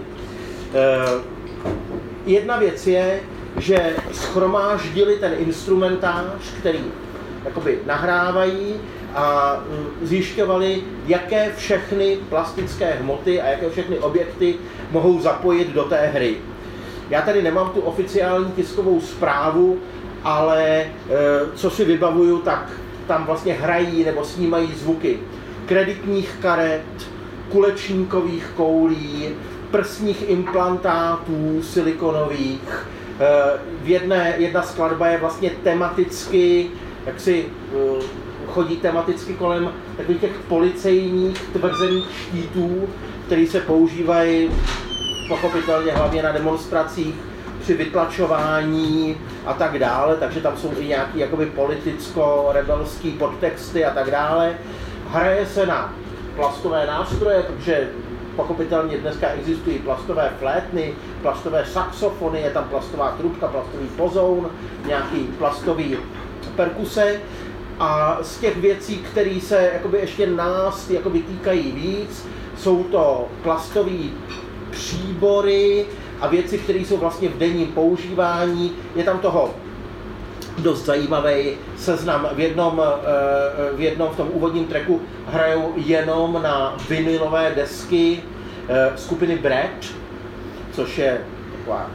Jedna věc je, že shromáždili ten instrumentář, který jakoby nahrávají a zjišťovali, jaké všechny plastické hmoty a jaké všechny objekty mohou zapojit do té hry. Já tady nemám tu oficiální tiskovou zprávu, ale co si vybavuju, tak tam vlastně hrají nebo snímají zvuky kreditních karet, kulečníkových koulí, prsních implantátů silikonových. V jedné, jedna skladba je vlastně tematicky, jak si chodí tematicky kolem takových těch policejních tvrzených štítů, které se používají pochopitelně hlavně na demonstracích při vytlačování a tak dále, takže tam jsou i nějaký jakoby politicko-rebelský podtexty a tak dále. Hraje se na plastové nástroje, protože pochopitelně dneska existují plastové flétny, plastové saxofony, je tam plastová trubka, plastový pozoun, nějaký plastový perkuse. A z těch věcí, které se jakoby ještě nás jakoby týkají víc, jsou to plastové příbory a věci, které jsou vlastně v denním používání. Je tam toho dost zajímavý seznam. V jednom, v jednom v tom úvodním tracku hrajou jenom na vinylové desky skupiny Brad, což je taková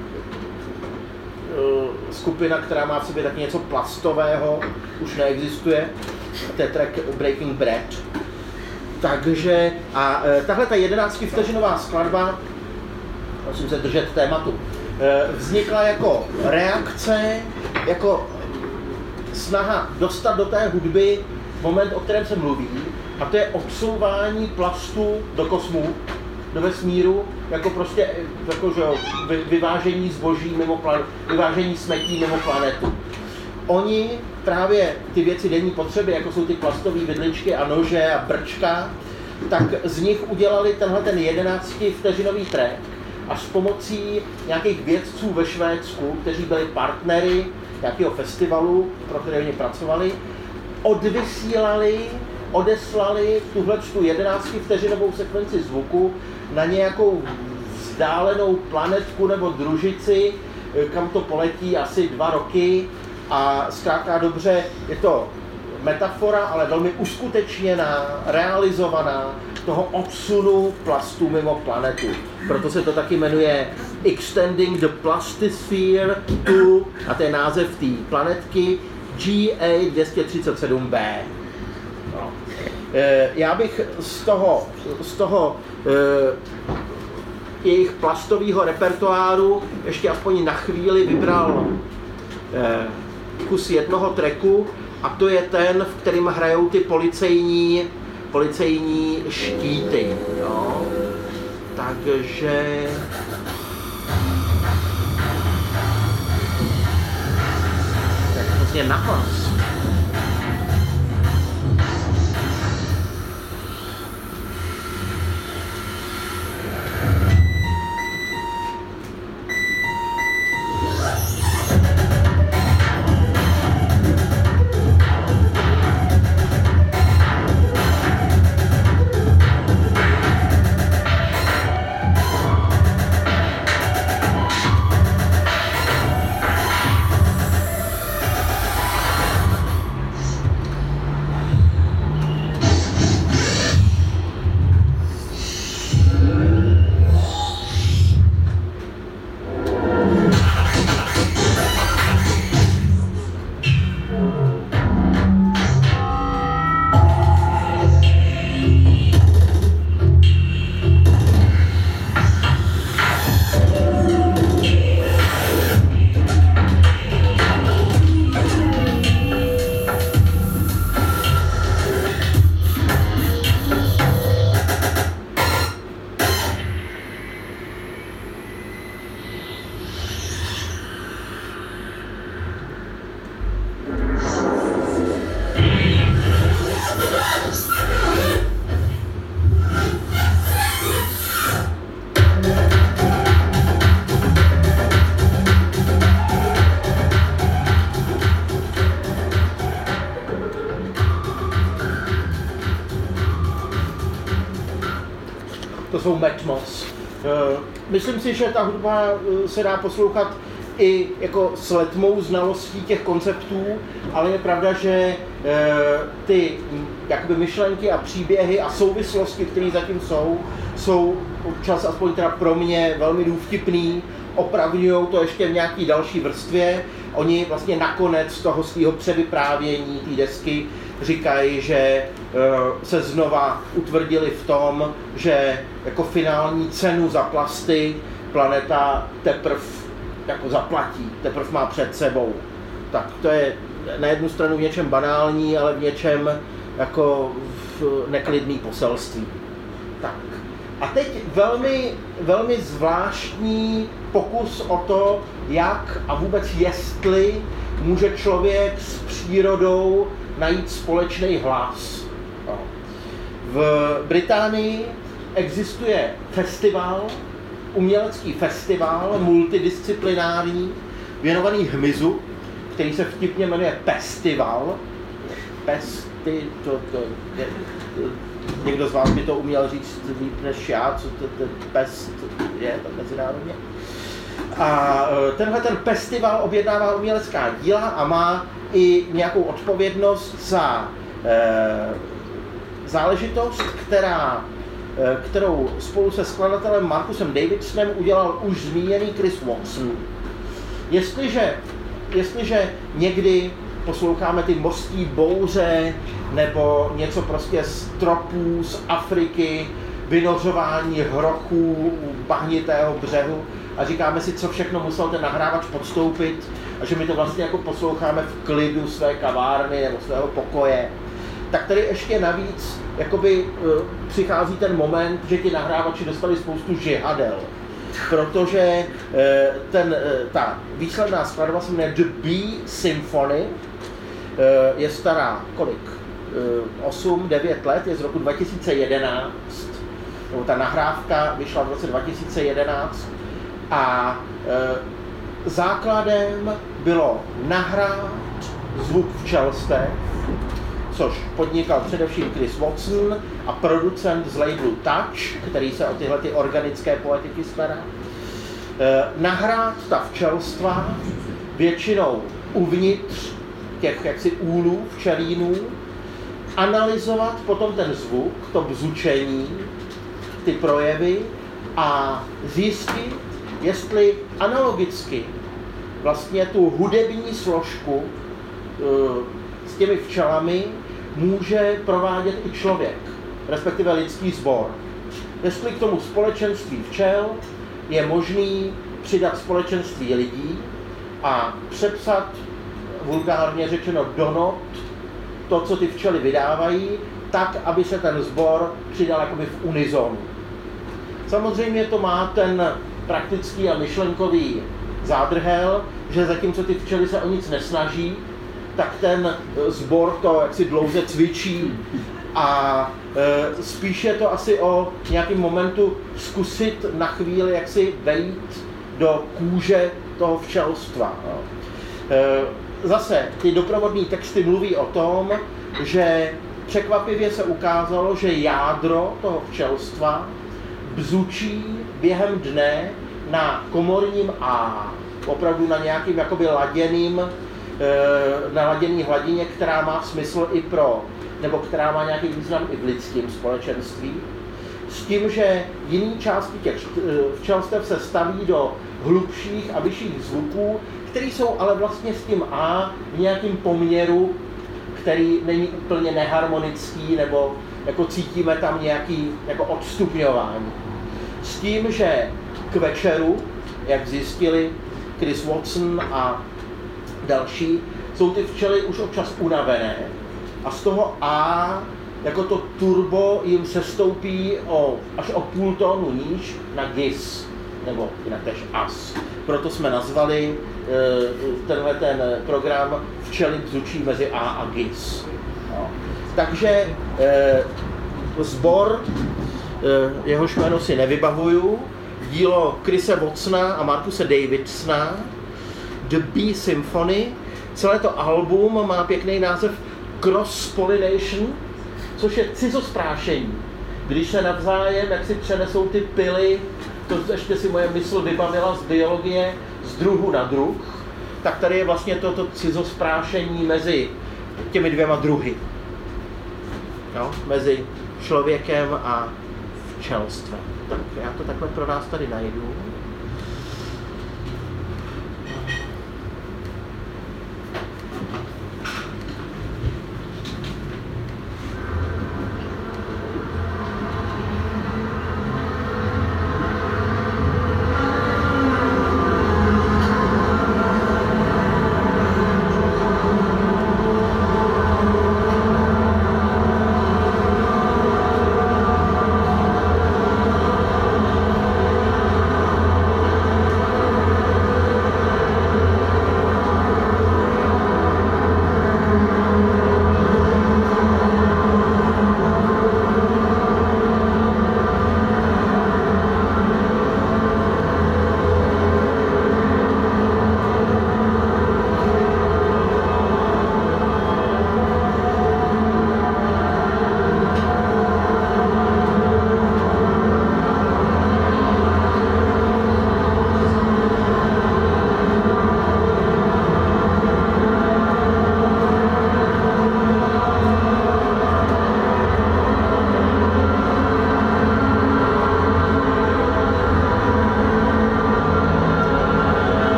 skupina, která má v sobě taky něco plastového, už neexistuje. To je track Breaking Bread. Takže a tahle ta jedenáctivteřinová skladba, musím se držet tématu, vznikla jako reakce, jako snaha dostat do té hudby moment, o kterém se mluví, a to je odsouvání plastu do kosmu, do vesmíru, jako prostě jako, že, vyvážení zboží mimo planetu, vyvážení smetí mimo planetu. Oni právě ty věci denní potřeby, jako jsou ty plastové vidličky a nože a brčka, tak z nich udělali tenhle ten jedenáctivteřinový track a s pomocí nějakých vědců ve Švédsku, kteří byli partnery nějakého festivalu, pro které oni pracovali, odvysílali, odeslali tuhletu jedenáctivteřinovou sekvenci zvuku na nějakou vzdálenou planetku nebo družici, kam to poletí asi dva roky. A zkrátka dobře, je to metafora, ale velmi uskutečněná, realizovaná toho odsunu plastu mimo planetu. Proto se to taky jmenuje Extending the Plastisphere to, a to je název té planetky, G A dvě stě třicet sedm B. No. E, já bych z toho, z toho e, jejich plastového repertoáru ještě aspoň na chvíli vybral e, kus jednoho tracku, a to je ten, v kterém hrajou ty policejní, policejní štíty. Jo. Takže... Tak vlastně nahlas. to jsou Matmos. Myslím si, že ta hudba se dá poslouchat i jako s letmou znalostí těch konceptů, ale je pravda, že ty jakoby myšlenky a příběhy a souvislosti, které zatím jsou, jsou občas, aspoň teda pro mě, velmi důvtipný, opravňují to ještě v nějaký další vrstvě. Oni vlastně nakonec toho svého převyprávění té desky říkají, že se znova utvrdili v tom, že jako finální cenu za plasty planeta teprve jako zaplatí, teprve má před sebou. Tak to je na jednu stranu v něčem banální, ale v něčem jako v neklidný poselství. Tak. A teď velmi, velmi zvláštní pokus o to, jak a vůbec jestli může člověk s přírodou najít společný hlas. V Británii existuje festival, umělecký festival, multidisciplinární, věnovaný hmyzu, který se vtipně jmenuje Pestival. Pesty, to, to, je, někdo z vás by to uměl říct líp než já, co to, to pest je, tak mezinárodně. A tenhle ten festival objednává umělecká díla a má i nějakou odpovědnost za e, záležitost, která, e, kterou spolu se skladatelem Marcusem Davidsonem udělal už zmíněný Chris Watson. Jestliže, jestliže někdy posloucháme ty mořské bouře nebo něco prostě z tropů, z Afriky, vynořování hrochů u bahnitého břehu a říkáme si, co všechno musel ten nahrávač podstoupit a že my to vlastně jako posloucháme v klidu své kavárny nebo svého pokoje, tak tady ještě navíc jakoby uh, přichází ten moment, že ti nahrávači dostali spoustu žihadel, protože uh, ten, uh, ta výsledná skladba se jmenuje The Bee Symphony, uh, je stará kolik? osm devět let, je z roku dva tisíce jedenáct, nebo ta nahrávka vyšla v roce dva tisíce jedenáct a e, základem bylo nahrát zvuk včelstev, což podnikal především Chris Watson a producent z labelu Touch, který se o tyhle ty organické poetiky stará. E, nahrát ta včelstva většinou uvnitř těch jaksi úlů včelínů, analyzovat potom ten zvuk, to bzučení, ty projevy a zjistit, jestli analogicky vlastně tu hudební složku s těmi včelami může provádět i člověk, respektive lidský sbor. Jestli k tomu společenství včel je možný přidat společenství lidí a přepsat, vulgárně řečeno, do not to, co ty včely vydávají, tak, aby se ten sbor přidal jakoby v unizonu. Samozřejmě to má ten praktický a myšlenkový zádrhel, že zatímco ty včely se o nic nesnaží, tak ten sbor to jaksi dlouze cvičí a e, spíš je to asi o nějakém momentu zkusit na chvíli jaksi vejít do kůže toho včelstva. E, Zase ty doprovodné texty mluví o tom, že překvapivě se ukázalo, že jádro toho včelstva bzučí během dne na komorním A, opravdu na nějakým jakoby laděným, na laděný hladině, která má smysl i pro, nebo která má nějaký význam i v lidském společenství. S tím, že jiné části těch včelstev se staví do hlubších a vyšších zvuků, které jsou ale vlastně s tím A v nějakém poměru, který není úplně neharmonický, nebo jako cítíme tam nějaký jako odstupňování. S tím, že k večeru, jak zjistili Chris Watson a další, jsou ty včely už občas unavené a z toho A jako to turbo jim sestoupí o, až o půl tónu níž na gis, nebo jinak tež as. Proto jsme nazvali e, tenhle ten program Včely bzučí mezi A a gis. No. Takže e, sbor, e, jehož jméno si nevybavuju, dílo Chrise Watsona a Marcuse Davidsona, The Bee Symphony. Celé to album má pěkný název Cross Pollination, což je cizosprášení. když se navzájem, jak si přenesou ty pily, to ještě si moje mysl vybavila z biologie, z druhu na druh, tak tady je vlastně toto cizosprášení mezi těmi dvěma druhy. Jo? Mezi člověkem a včelstvem. Tak já to takhle pro nás tady najdu.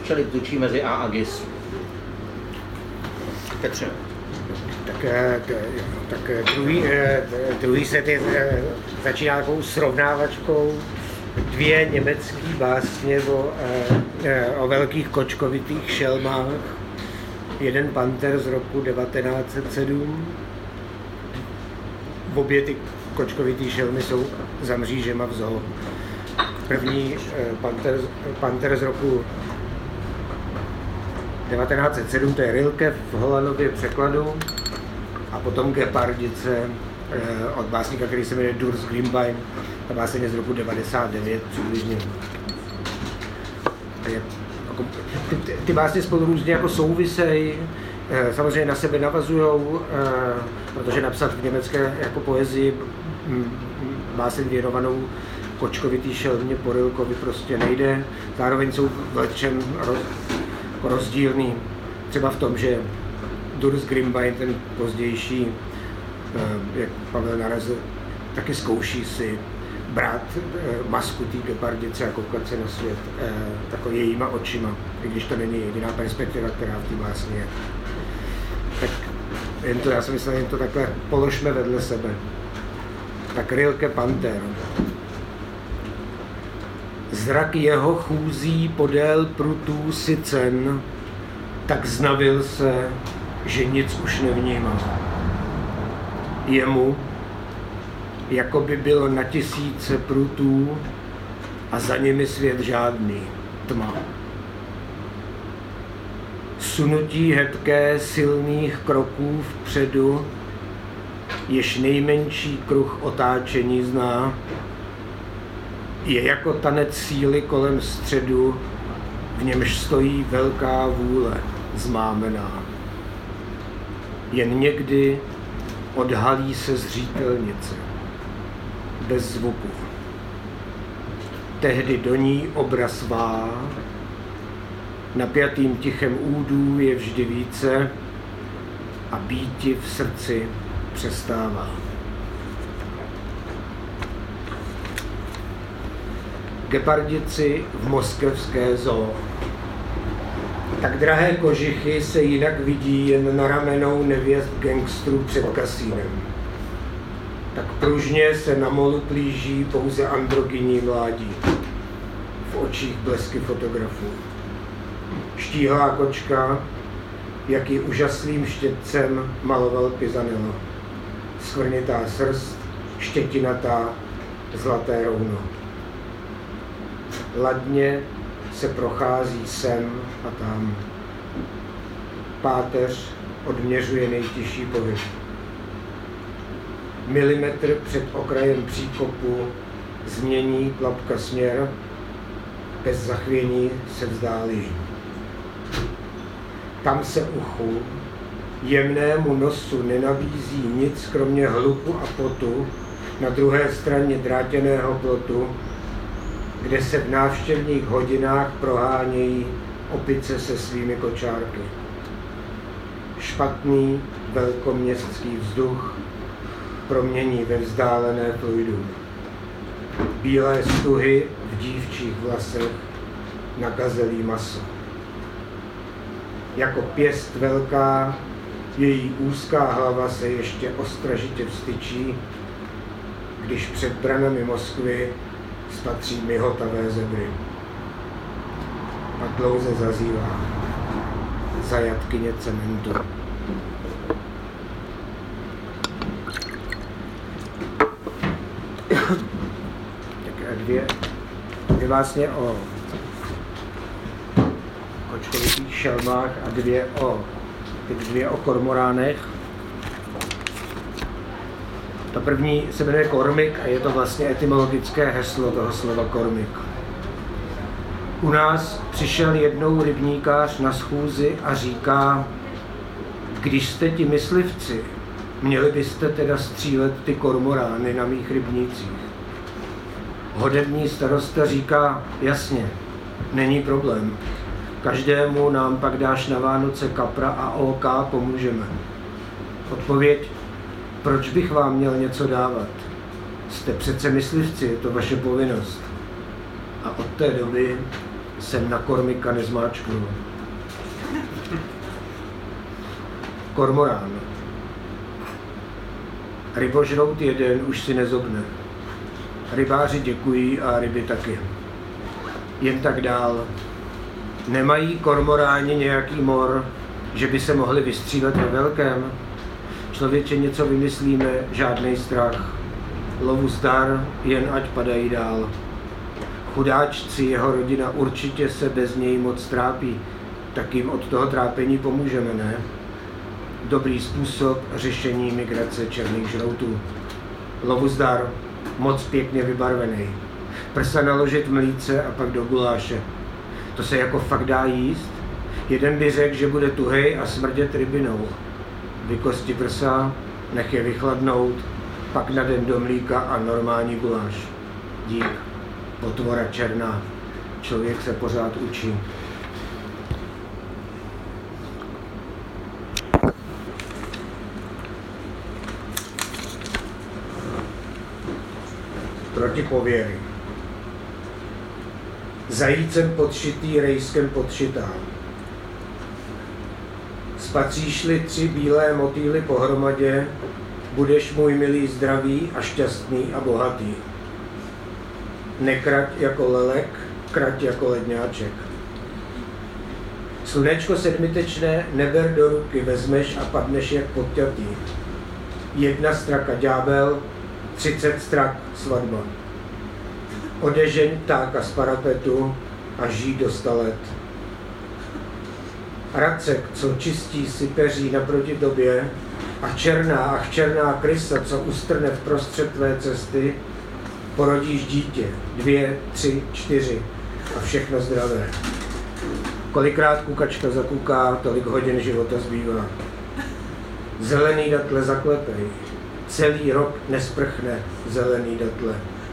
včely tučí mezi A a G I S? Petře. Tak, tak druhý, druhý set je, začíná takovou srovnávačkou. Dvě německé básně o, o velkých kočkovitých šelmách. Jeden panter z roku devatenáct set sedm. Obě ty kočkovitý šelmy jsou za mřížema v zoo. První panter, panter z roku devatenáct set sedm, to je Rilke v Holanově překladu, a potom Gepardice od básníka, který se jmenuje Durs Grimbein, ta báseň je z roku devadesát devět přibližně. Je, jako, ty, ty básně spolu různě jako souvisejí, samozřejmě na sebe navazujou, protože napsat v německé jako poezii báseň věnovanou kočkovitý šelmě po Rilkovi prostě nejde. Zároveň jsou v lečem roz, rozdílný. Třeba v tom, že Durs Grimbein, ten pozdější, jak Pavel narazil, taky zkouší si brát masku té Gepardice a koukat se na svět jako jejíma očima, i když to není jediná perspektiva, která v té básni je. Tak jen to, já jsem myslel, jen to takhle položme vedle sebe. Tak Rilke panter. Zrak jeho chůzí podél prutů sycen, tak znavil se, že nic už nevnímá. Jemu, jako by bylo na tisíce prutů a za nimi svět žádný, tma. Sunutí hebké silných kroků vpředu, jež nejmenší kruh otáčení zná, je jako tanec síly kolem středu, v němž stojí velká vůle zmámená. Jen někdy odhalí se zřítelnice, bez zvuku. Tehdy do ní obraz vá, napjatým tichem údů je vždy více a býti v srdci přestává. Gepardici v moskevské zoo. Tak drahé kožichy se jinak vidí jen na ramenou nevěst gangstrů před kasínem. Tak pružně se na molu plíží pouze androgyní mládí. V očích blesky fotografů. Štíhlá kočka, jak ji úžasným štětcem maloval Pisanello. Skvrnitá srst, štětinatá, zlaté rouno. Ladně se prochází sem a tam. Páteř odměřuje nejtižší pohyb. Milimetr před okrajem příkopu změní tlapka směr, bez zachvění se vzdálí. Tam se uchu, jemnému nosu nenabízí nic kromě hluku a potu na druhé straně drátěného plotu, kde se v návštěvních hodinách prohánějí opice se svými kočárky. Špatný velkoměstský vzduch promění ve vzdálené fluidum. Bílé stuhy v dívčích vlasech na gazelí maso. Jako pěst velká, její úzká hlava se ještě ostražitě vstyčí, když před branami Moskvy spatří mihotavé zebry. Pak dlouze zazývá zajatkyně cementu. Tak dvě, dvě vlastně o kočkovitých šelmách a dvě o, teď dvě o kormoránech. Ta první se jmenuje kormik a je to vlastně etymologické heslo toho slova kormik. U nás přišel jednou rybníkář na schůzi a říká, když jste ti myslivci, měli byste teda střílet ty kormorány na mých rybnících. Hodební starosta říká, jasně, není problém. Každému nám pak dáš na Vánoce kapra a OK pomůžeme. Odpověď, proč bych vám měl něco dávat? Jste přece myslivci, je to vaše povinnost. A od té doby jsem na kormika nezmáčknul. Kormorán. Rybožrout jeden už si nezobne. Rybáři děkují a ryby taky. Jen tak dál. Nemají kormoráni nějaký mor, že by se mohli vystřílet ve velkém? Člověče, něco vymyslíme, žádnej strach. Lovu zdar, jen ať padají dál. Chudáčci, jeho rodina určitě se bez něj moc trápí, tak jim od toho trápení pomůžeme, ne? Dobrý způsob řešení migrace černých žroutů. Lovu zdar, moc pěkně vybarvený. Prsa naložit v mlíce a pak do guláše. To se jako fakt dá jíst? Jeden by řekl, že bude tuhej a smrdět rybinou. Vykosti prsa, nech je vychladnout, pak na den do mlíka a normální guláš. Dík. Potvora černá. Člověk se pořád učí. Protipověry. Zajícem podšitý, rejskem podšitá. Spatříš-li tři bílé motýly pohromadě, budeš můj milý zdravý a šťastný a bohatý. Nekrať jako lelek, krať jako ledňáček. Slunečko sedmitečné neber do ruky, vezmeš a padneš jak podťatý. Jedna straka ďábel, třicet strak svatba. Odežeň ptáka z parapetu a žij do sta let. Racek, co čistí si peří naproti tobě, a černá, ach černá krysa, co ustrne v prostřed tvé cesty, porodíš dítě, dvě, tři, čtyři a všechno zdravé. Kolikrát kukačka zakuká, tolik hodin života zbývá. Zelený datle zaklepej, celý rok nesprchne zelený datle.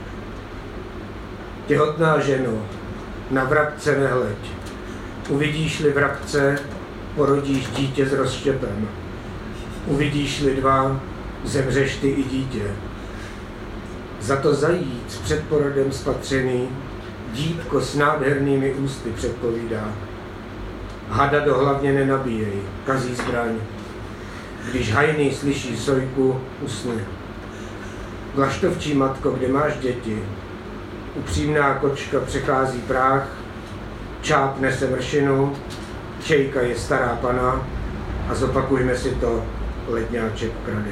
Těhotná ženo, na vrabce nehleď. Uvidíš-li vrabce, porodíš dítě s rozštěpem. Uvidíš-li dva, zemřeš ty i dítě. Za to zajíc před porodem spatřený, dítko s nádhernými ústy předpovídá. Hada do hlavně nenabíjej, kazí zbraň. Když hajný slyší sojku, usne. Vlaštovčí matko, kde máš děti? Upřímná kočka přechází práh, čáp nese mršinu, čejka je stará pana a zopakujme si to, ledňáček krade.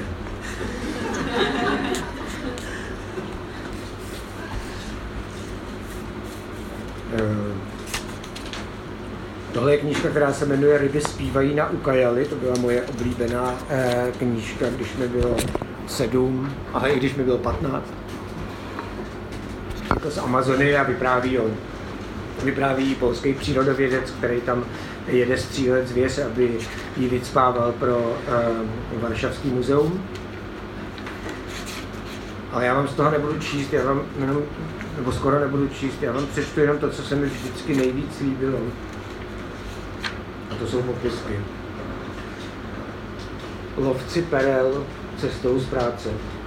Tohle je knížka, která se jmenuje Ryby zpívají na Ucayali. To byla moje oblíbená eh, knížka, když mi bylo sedm, ale i když mi bylo patnáct. Jako z Amazonie a vypráví o vypráví polský přírodovědec, který tam jede střílet zvěř, aby ji vycpával pro uh, Varšavský muzeum. Ale já vám z toho nebudu číst, já vám jenom, nebo skoro nebudu číst, já vám přečtu jenom to, co se mi vždycky nejvíc líbilo. A to jsou popisky. Lovci perel cestou z práce.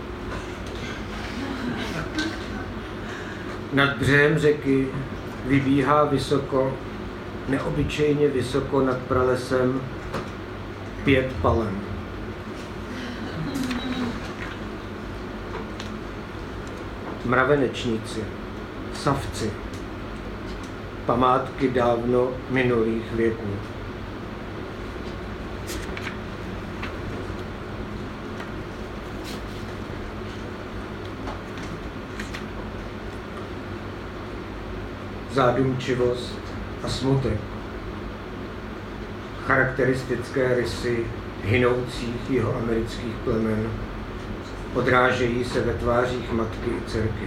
Nad břehem řeky vybíhá vysoko, neobyčejně vysoko nad pralesem, pět palem. Mravenečníci, savci, památky dávno minulých věků. Zádumčivost a smutek. Charakteristické rysy hynoucích jihoamerických plemen odrážejí se ve tvářích matky i dcerky.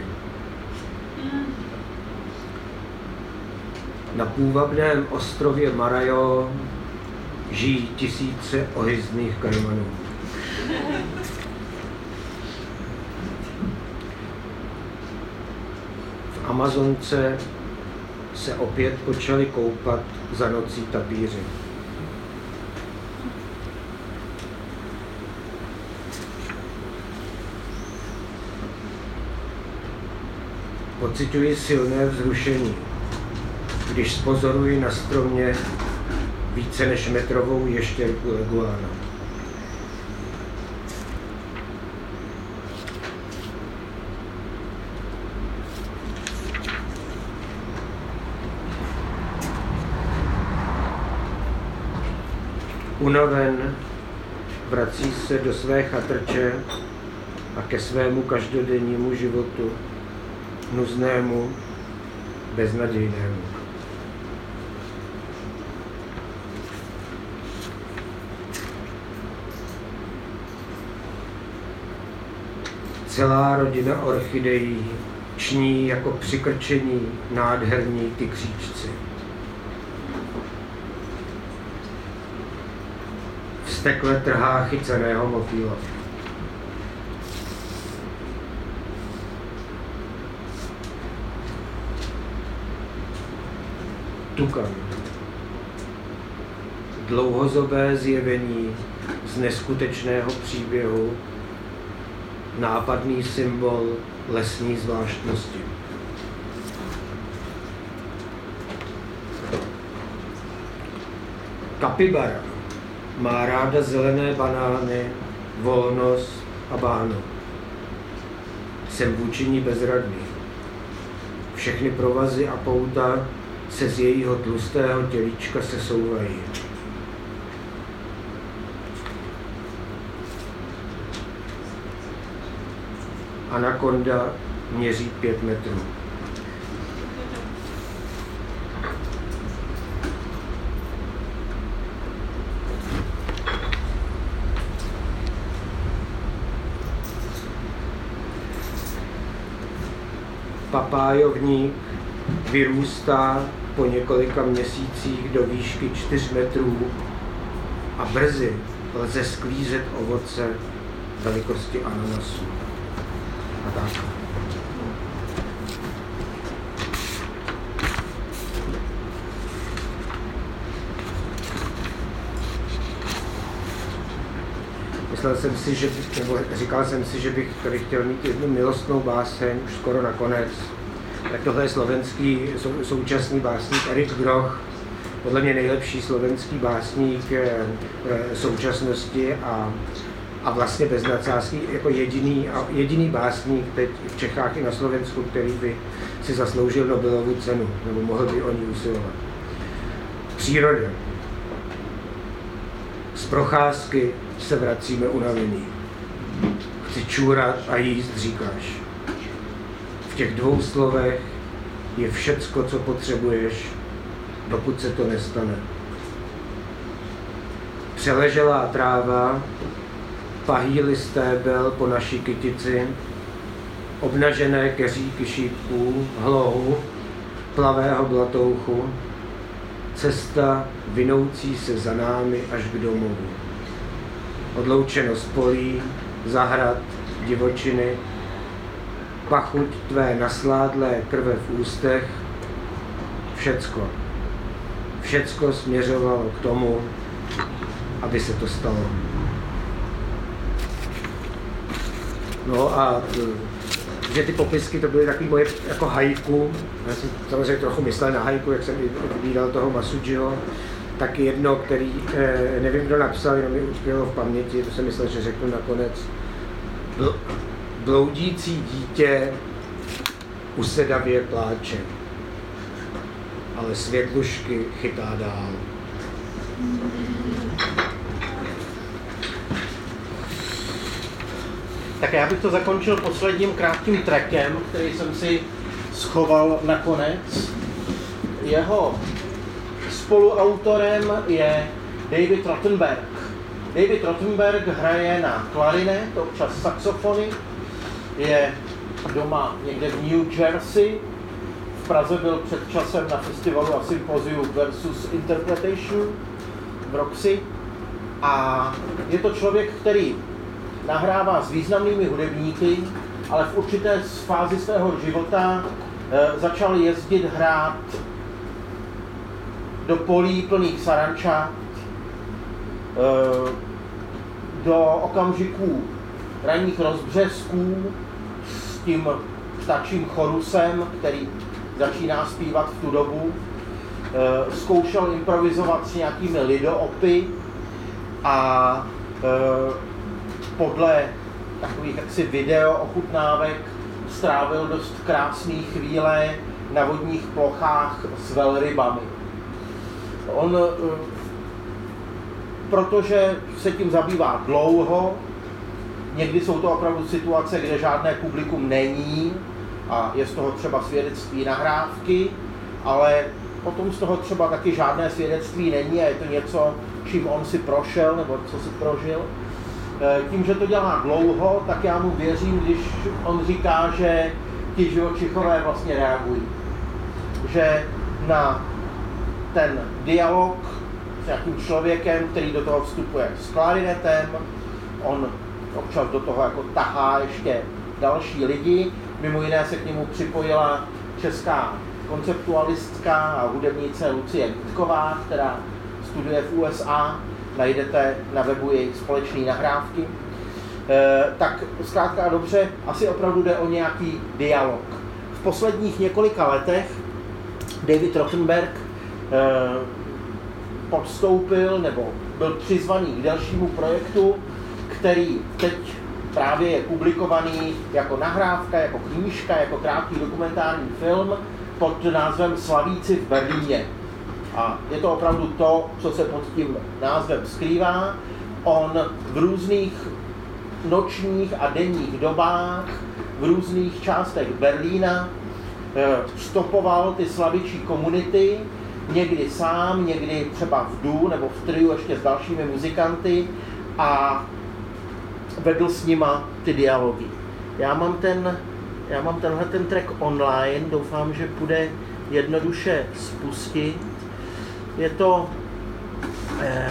Na půvabném ostrově Marajo žijí tisíce ohyzdných kajmanů. V Amazonce se opět počali koupat za nocí tapíři. Pociťuji silné vzrušení. když spozoruji na stromě více než metrovou ještěrku leguána. Unaven vrací se do své chatrče a ke svému každodennímu životu, nuznému, beznadějnému. Celá rodina orchidejí ční jako přikrčení nádherní tykříčci. Vztekle trhá chyceného motýla. Tukan. Dlouhozobé zjevení z neskutečného příběhu, nápadný symbol lesní zvláštnosti. Kapibara má ráda zelené banány, volnost a báno. Jsem vůči ní bezradný. Všechny provazy a pouta se z jejího tlustého tělíčka sesouvají. Anakonda měří pět metrů. Papájovník vyrůstá po několika měsících do výšky čtyř metrů a brzy lze sklízet ovoce velikosti ananasu. A tak. Myslel jsem si, že, nebo říkal jsem si, že bych tady chtěl mít jednu milostnou báseň, už skoro nakonec. Tak tohle je slovenský sou, současný básník Erik Groch, podle mě nejlepší slovenský básník e, e, současnosti a, a vlastně bez nadsázky jako jediný, jediný básník teď v Čechách i na Slovensku, který by si zasloužil Nobelovu cenu, nebo mohl by o ní usilovat. Příroda. Z procházky se vracíme unavení. Chci čůrat a jíst, říkáš. V těch dvou slovech je všecko, co potřebuješ, dokud se to nestane. Přeleželá tráva, pahýly stébel po naší kytici, obnažené keříky šípků, hlouhu, plavého blatouchu, cesta vinoucí se za námi až k domovu. Odloučenost polí, zahrad, divočiny, pachuť tvé nasládlé krve v ústech, všecko. Všecko směřovalo k tomu, aby se to stalo. No a že ty popisky to byly takový moje jako haiku, já jsem samozřejmě trochu myslel na haiku, jak jsem vybíral toho Masujiho, tak jedno, který, eh, nevím, kdo napsal, jenom mi utkvělo v paměti, to jsem myslel, že řeknu nakonec. Bl- bloudící dítě usedavě pláče, ale světlušky chytá dál. Tak já bych to zakončil posledním krátkým trackem, který jsem si schoval nakonec. Jeho spoluautorem je David Rothenberg. David Rothenberg hraje na klarinet, občas saxofony, je doma někde v New Jersey. V Praze byl před časem na festivalu a sympoziu Versus Interpretation v Roxy. A je to člověk, který nahrává s významnými hudebníky, ale v určité fázi svého života e, začal jezdit hrát do polí plných sarančat, e, do okamžiků ranních rozbřesků s tím ptačím chorusem, který začíná zpívat v tu dobu. zkoušel improvizovat s nějakými lidoopy a podle takových jaksi video ochutnávek strávil dost krásné chvíle na vodních plochách s velrybami. On, protože se tím zabývá dlouho, někdy jsou to opravdu situace, kde žádné publikum není a je z toho třeba svědectví nahrávky, ale potom z toho třeba taky žádné svědectví není a je to něco, čím on si prošel nebo co si prožil. Tím, že to dělá dlouho, tak já mu věřím, když on říká, že ti živočichové vlastně reagují. Že na ten dialog s nějakým člověkem, který do toho vstupuje s klarinetem, on občas do toho jako tahá ještě další lidi. Mimo jiné se k němu připojila česká konceptualistka a hudebnice Lucie Vítková, která studuje v U S A. Najdete na webu jejich společné nahrávky. E, tak zkrátka a dobře, asi opravdu jde o nějaký dialog. V posledních několika letech David Rothenberg e, podstoupil nebo byl přizvaný k dalšímu projektu, který teď právě je publikovaný jako nahrávka, jako knížka, jako krátký dokumentární film pod názvem Slavíci v Berlíně. A je to opravdu to, co se pod tím názvem skrývá. On v různých nočních a denních dobách, v různých částech Berlína stopoval ty slavičí komunity, někdy sám, někdy třeba v duu nebo v triu ještě s dalšími muzikanty a vedl s nima ty dialogy. Já mám, ten, já mám tenhle ten track online, doufám, že bude jednoduše spustit. Je to eh,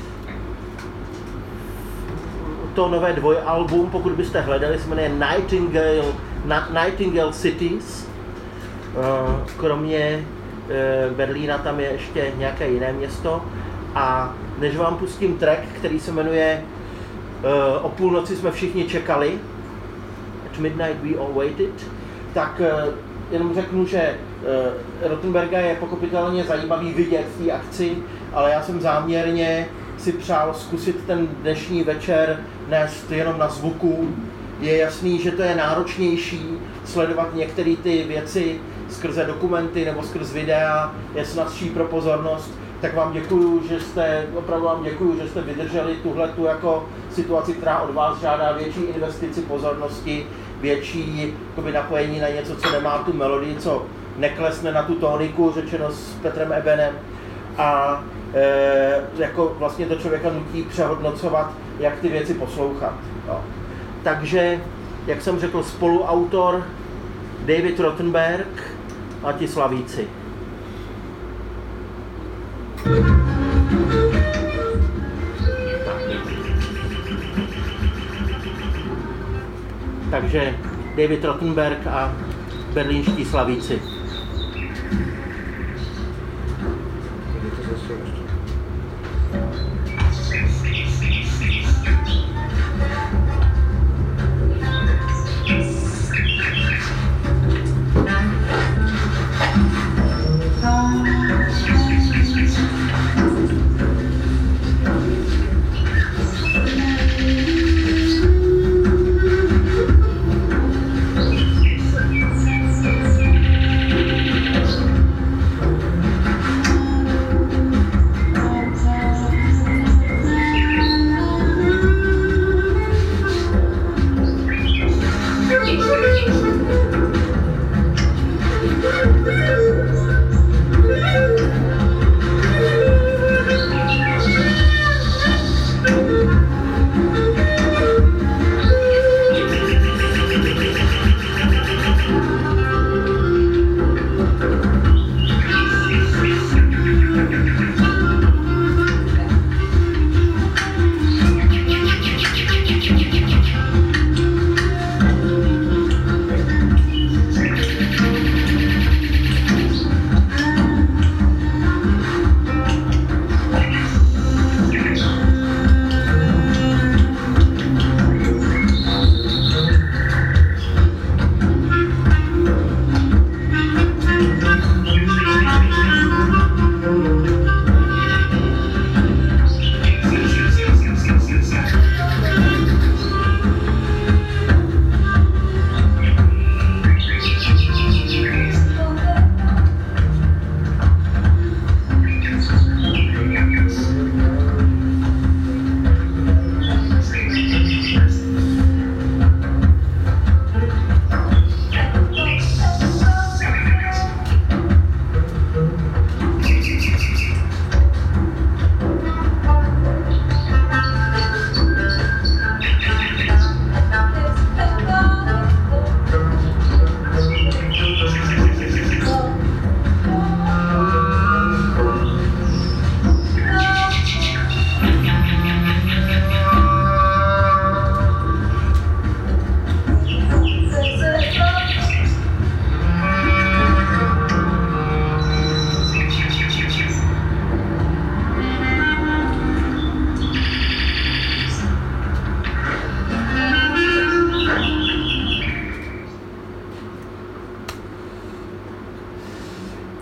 to nové dvojalbum, pokud byste hledali, se jmenuje Nightingale, Nightingale Cities. Eh, kromě eh, Berlína tam je ještě nějaké jiné město. A než vám pustím track, který se jmenuje eh, O půlnoci jsme všichni čekali, At midnight we all waited, tak eh, jenom řeknu, že uh, Rothenberga je pochopitelně zajímavý vidět v té akci, ale já jsem záměrně si přál zkusit ten dnešní večer nést jenom na zvuku. Je jasný, že to je náročnější sledovat některé ty věci skrze dokumenty nebo skrz videa, je snazší pro pozornost, tak vám děkuju, že jste, opravdu vám děkuju, že jste vydrželi tuhletu jako situaci, která od vás žádá větší investici pozornosti, větší jakoby, napojení na něco, co nemá tu melodii, co neklesne na tu tóniku, řečeno s Petrem Ebenem. A e, jako vlastně to člověka nutí přehodnocovat, jak ty věci poslouchat. No. Takže, jak jsem řekl, spoluautor David Rothenberg a ti slavíci. Takže David Rothenberg a berlínští slavíci.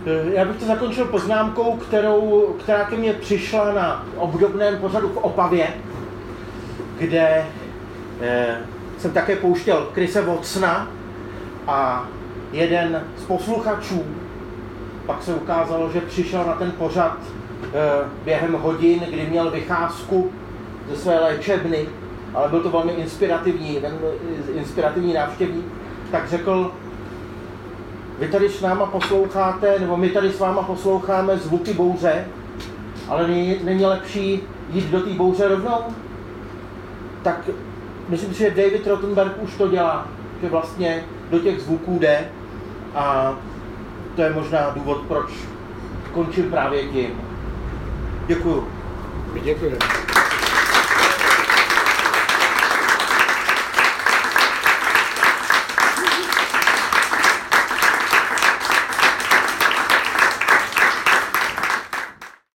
Já bych to zakončil poznámkou, kterou, která ke mně přišla na obdobném pořadu v Opavě, kde eh, jsem také pouštěl Chrise Watsona a jeden z posluchačů pak se ukázalo, že přišel na ten pořad eh, během hodin, kdy měl vycházku ze své léčebny, ale byl to velmi inspirativní, ten inspirativní návštěvník, tak řekl, vy tady s náma posloucháte, nebo my tady s váma posloucháme zvuky bouře, ale není, není lepší jít do té bouře rovnou? Tak myslím si, že David Rothenberg už to dělá, že vlastně do těch zvuků jde a to je možná důvod, proč končím právě tím. Děkuju. Děkuji.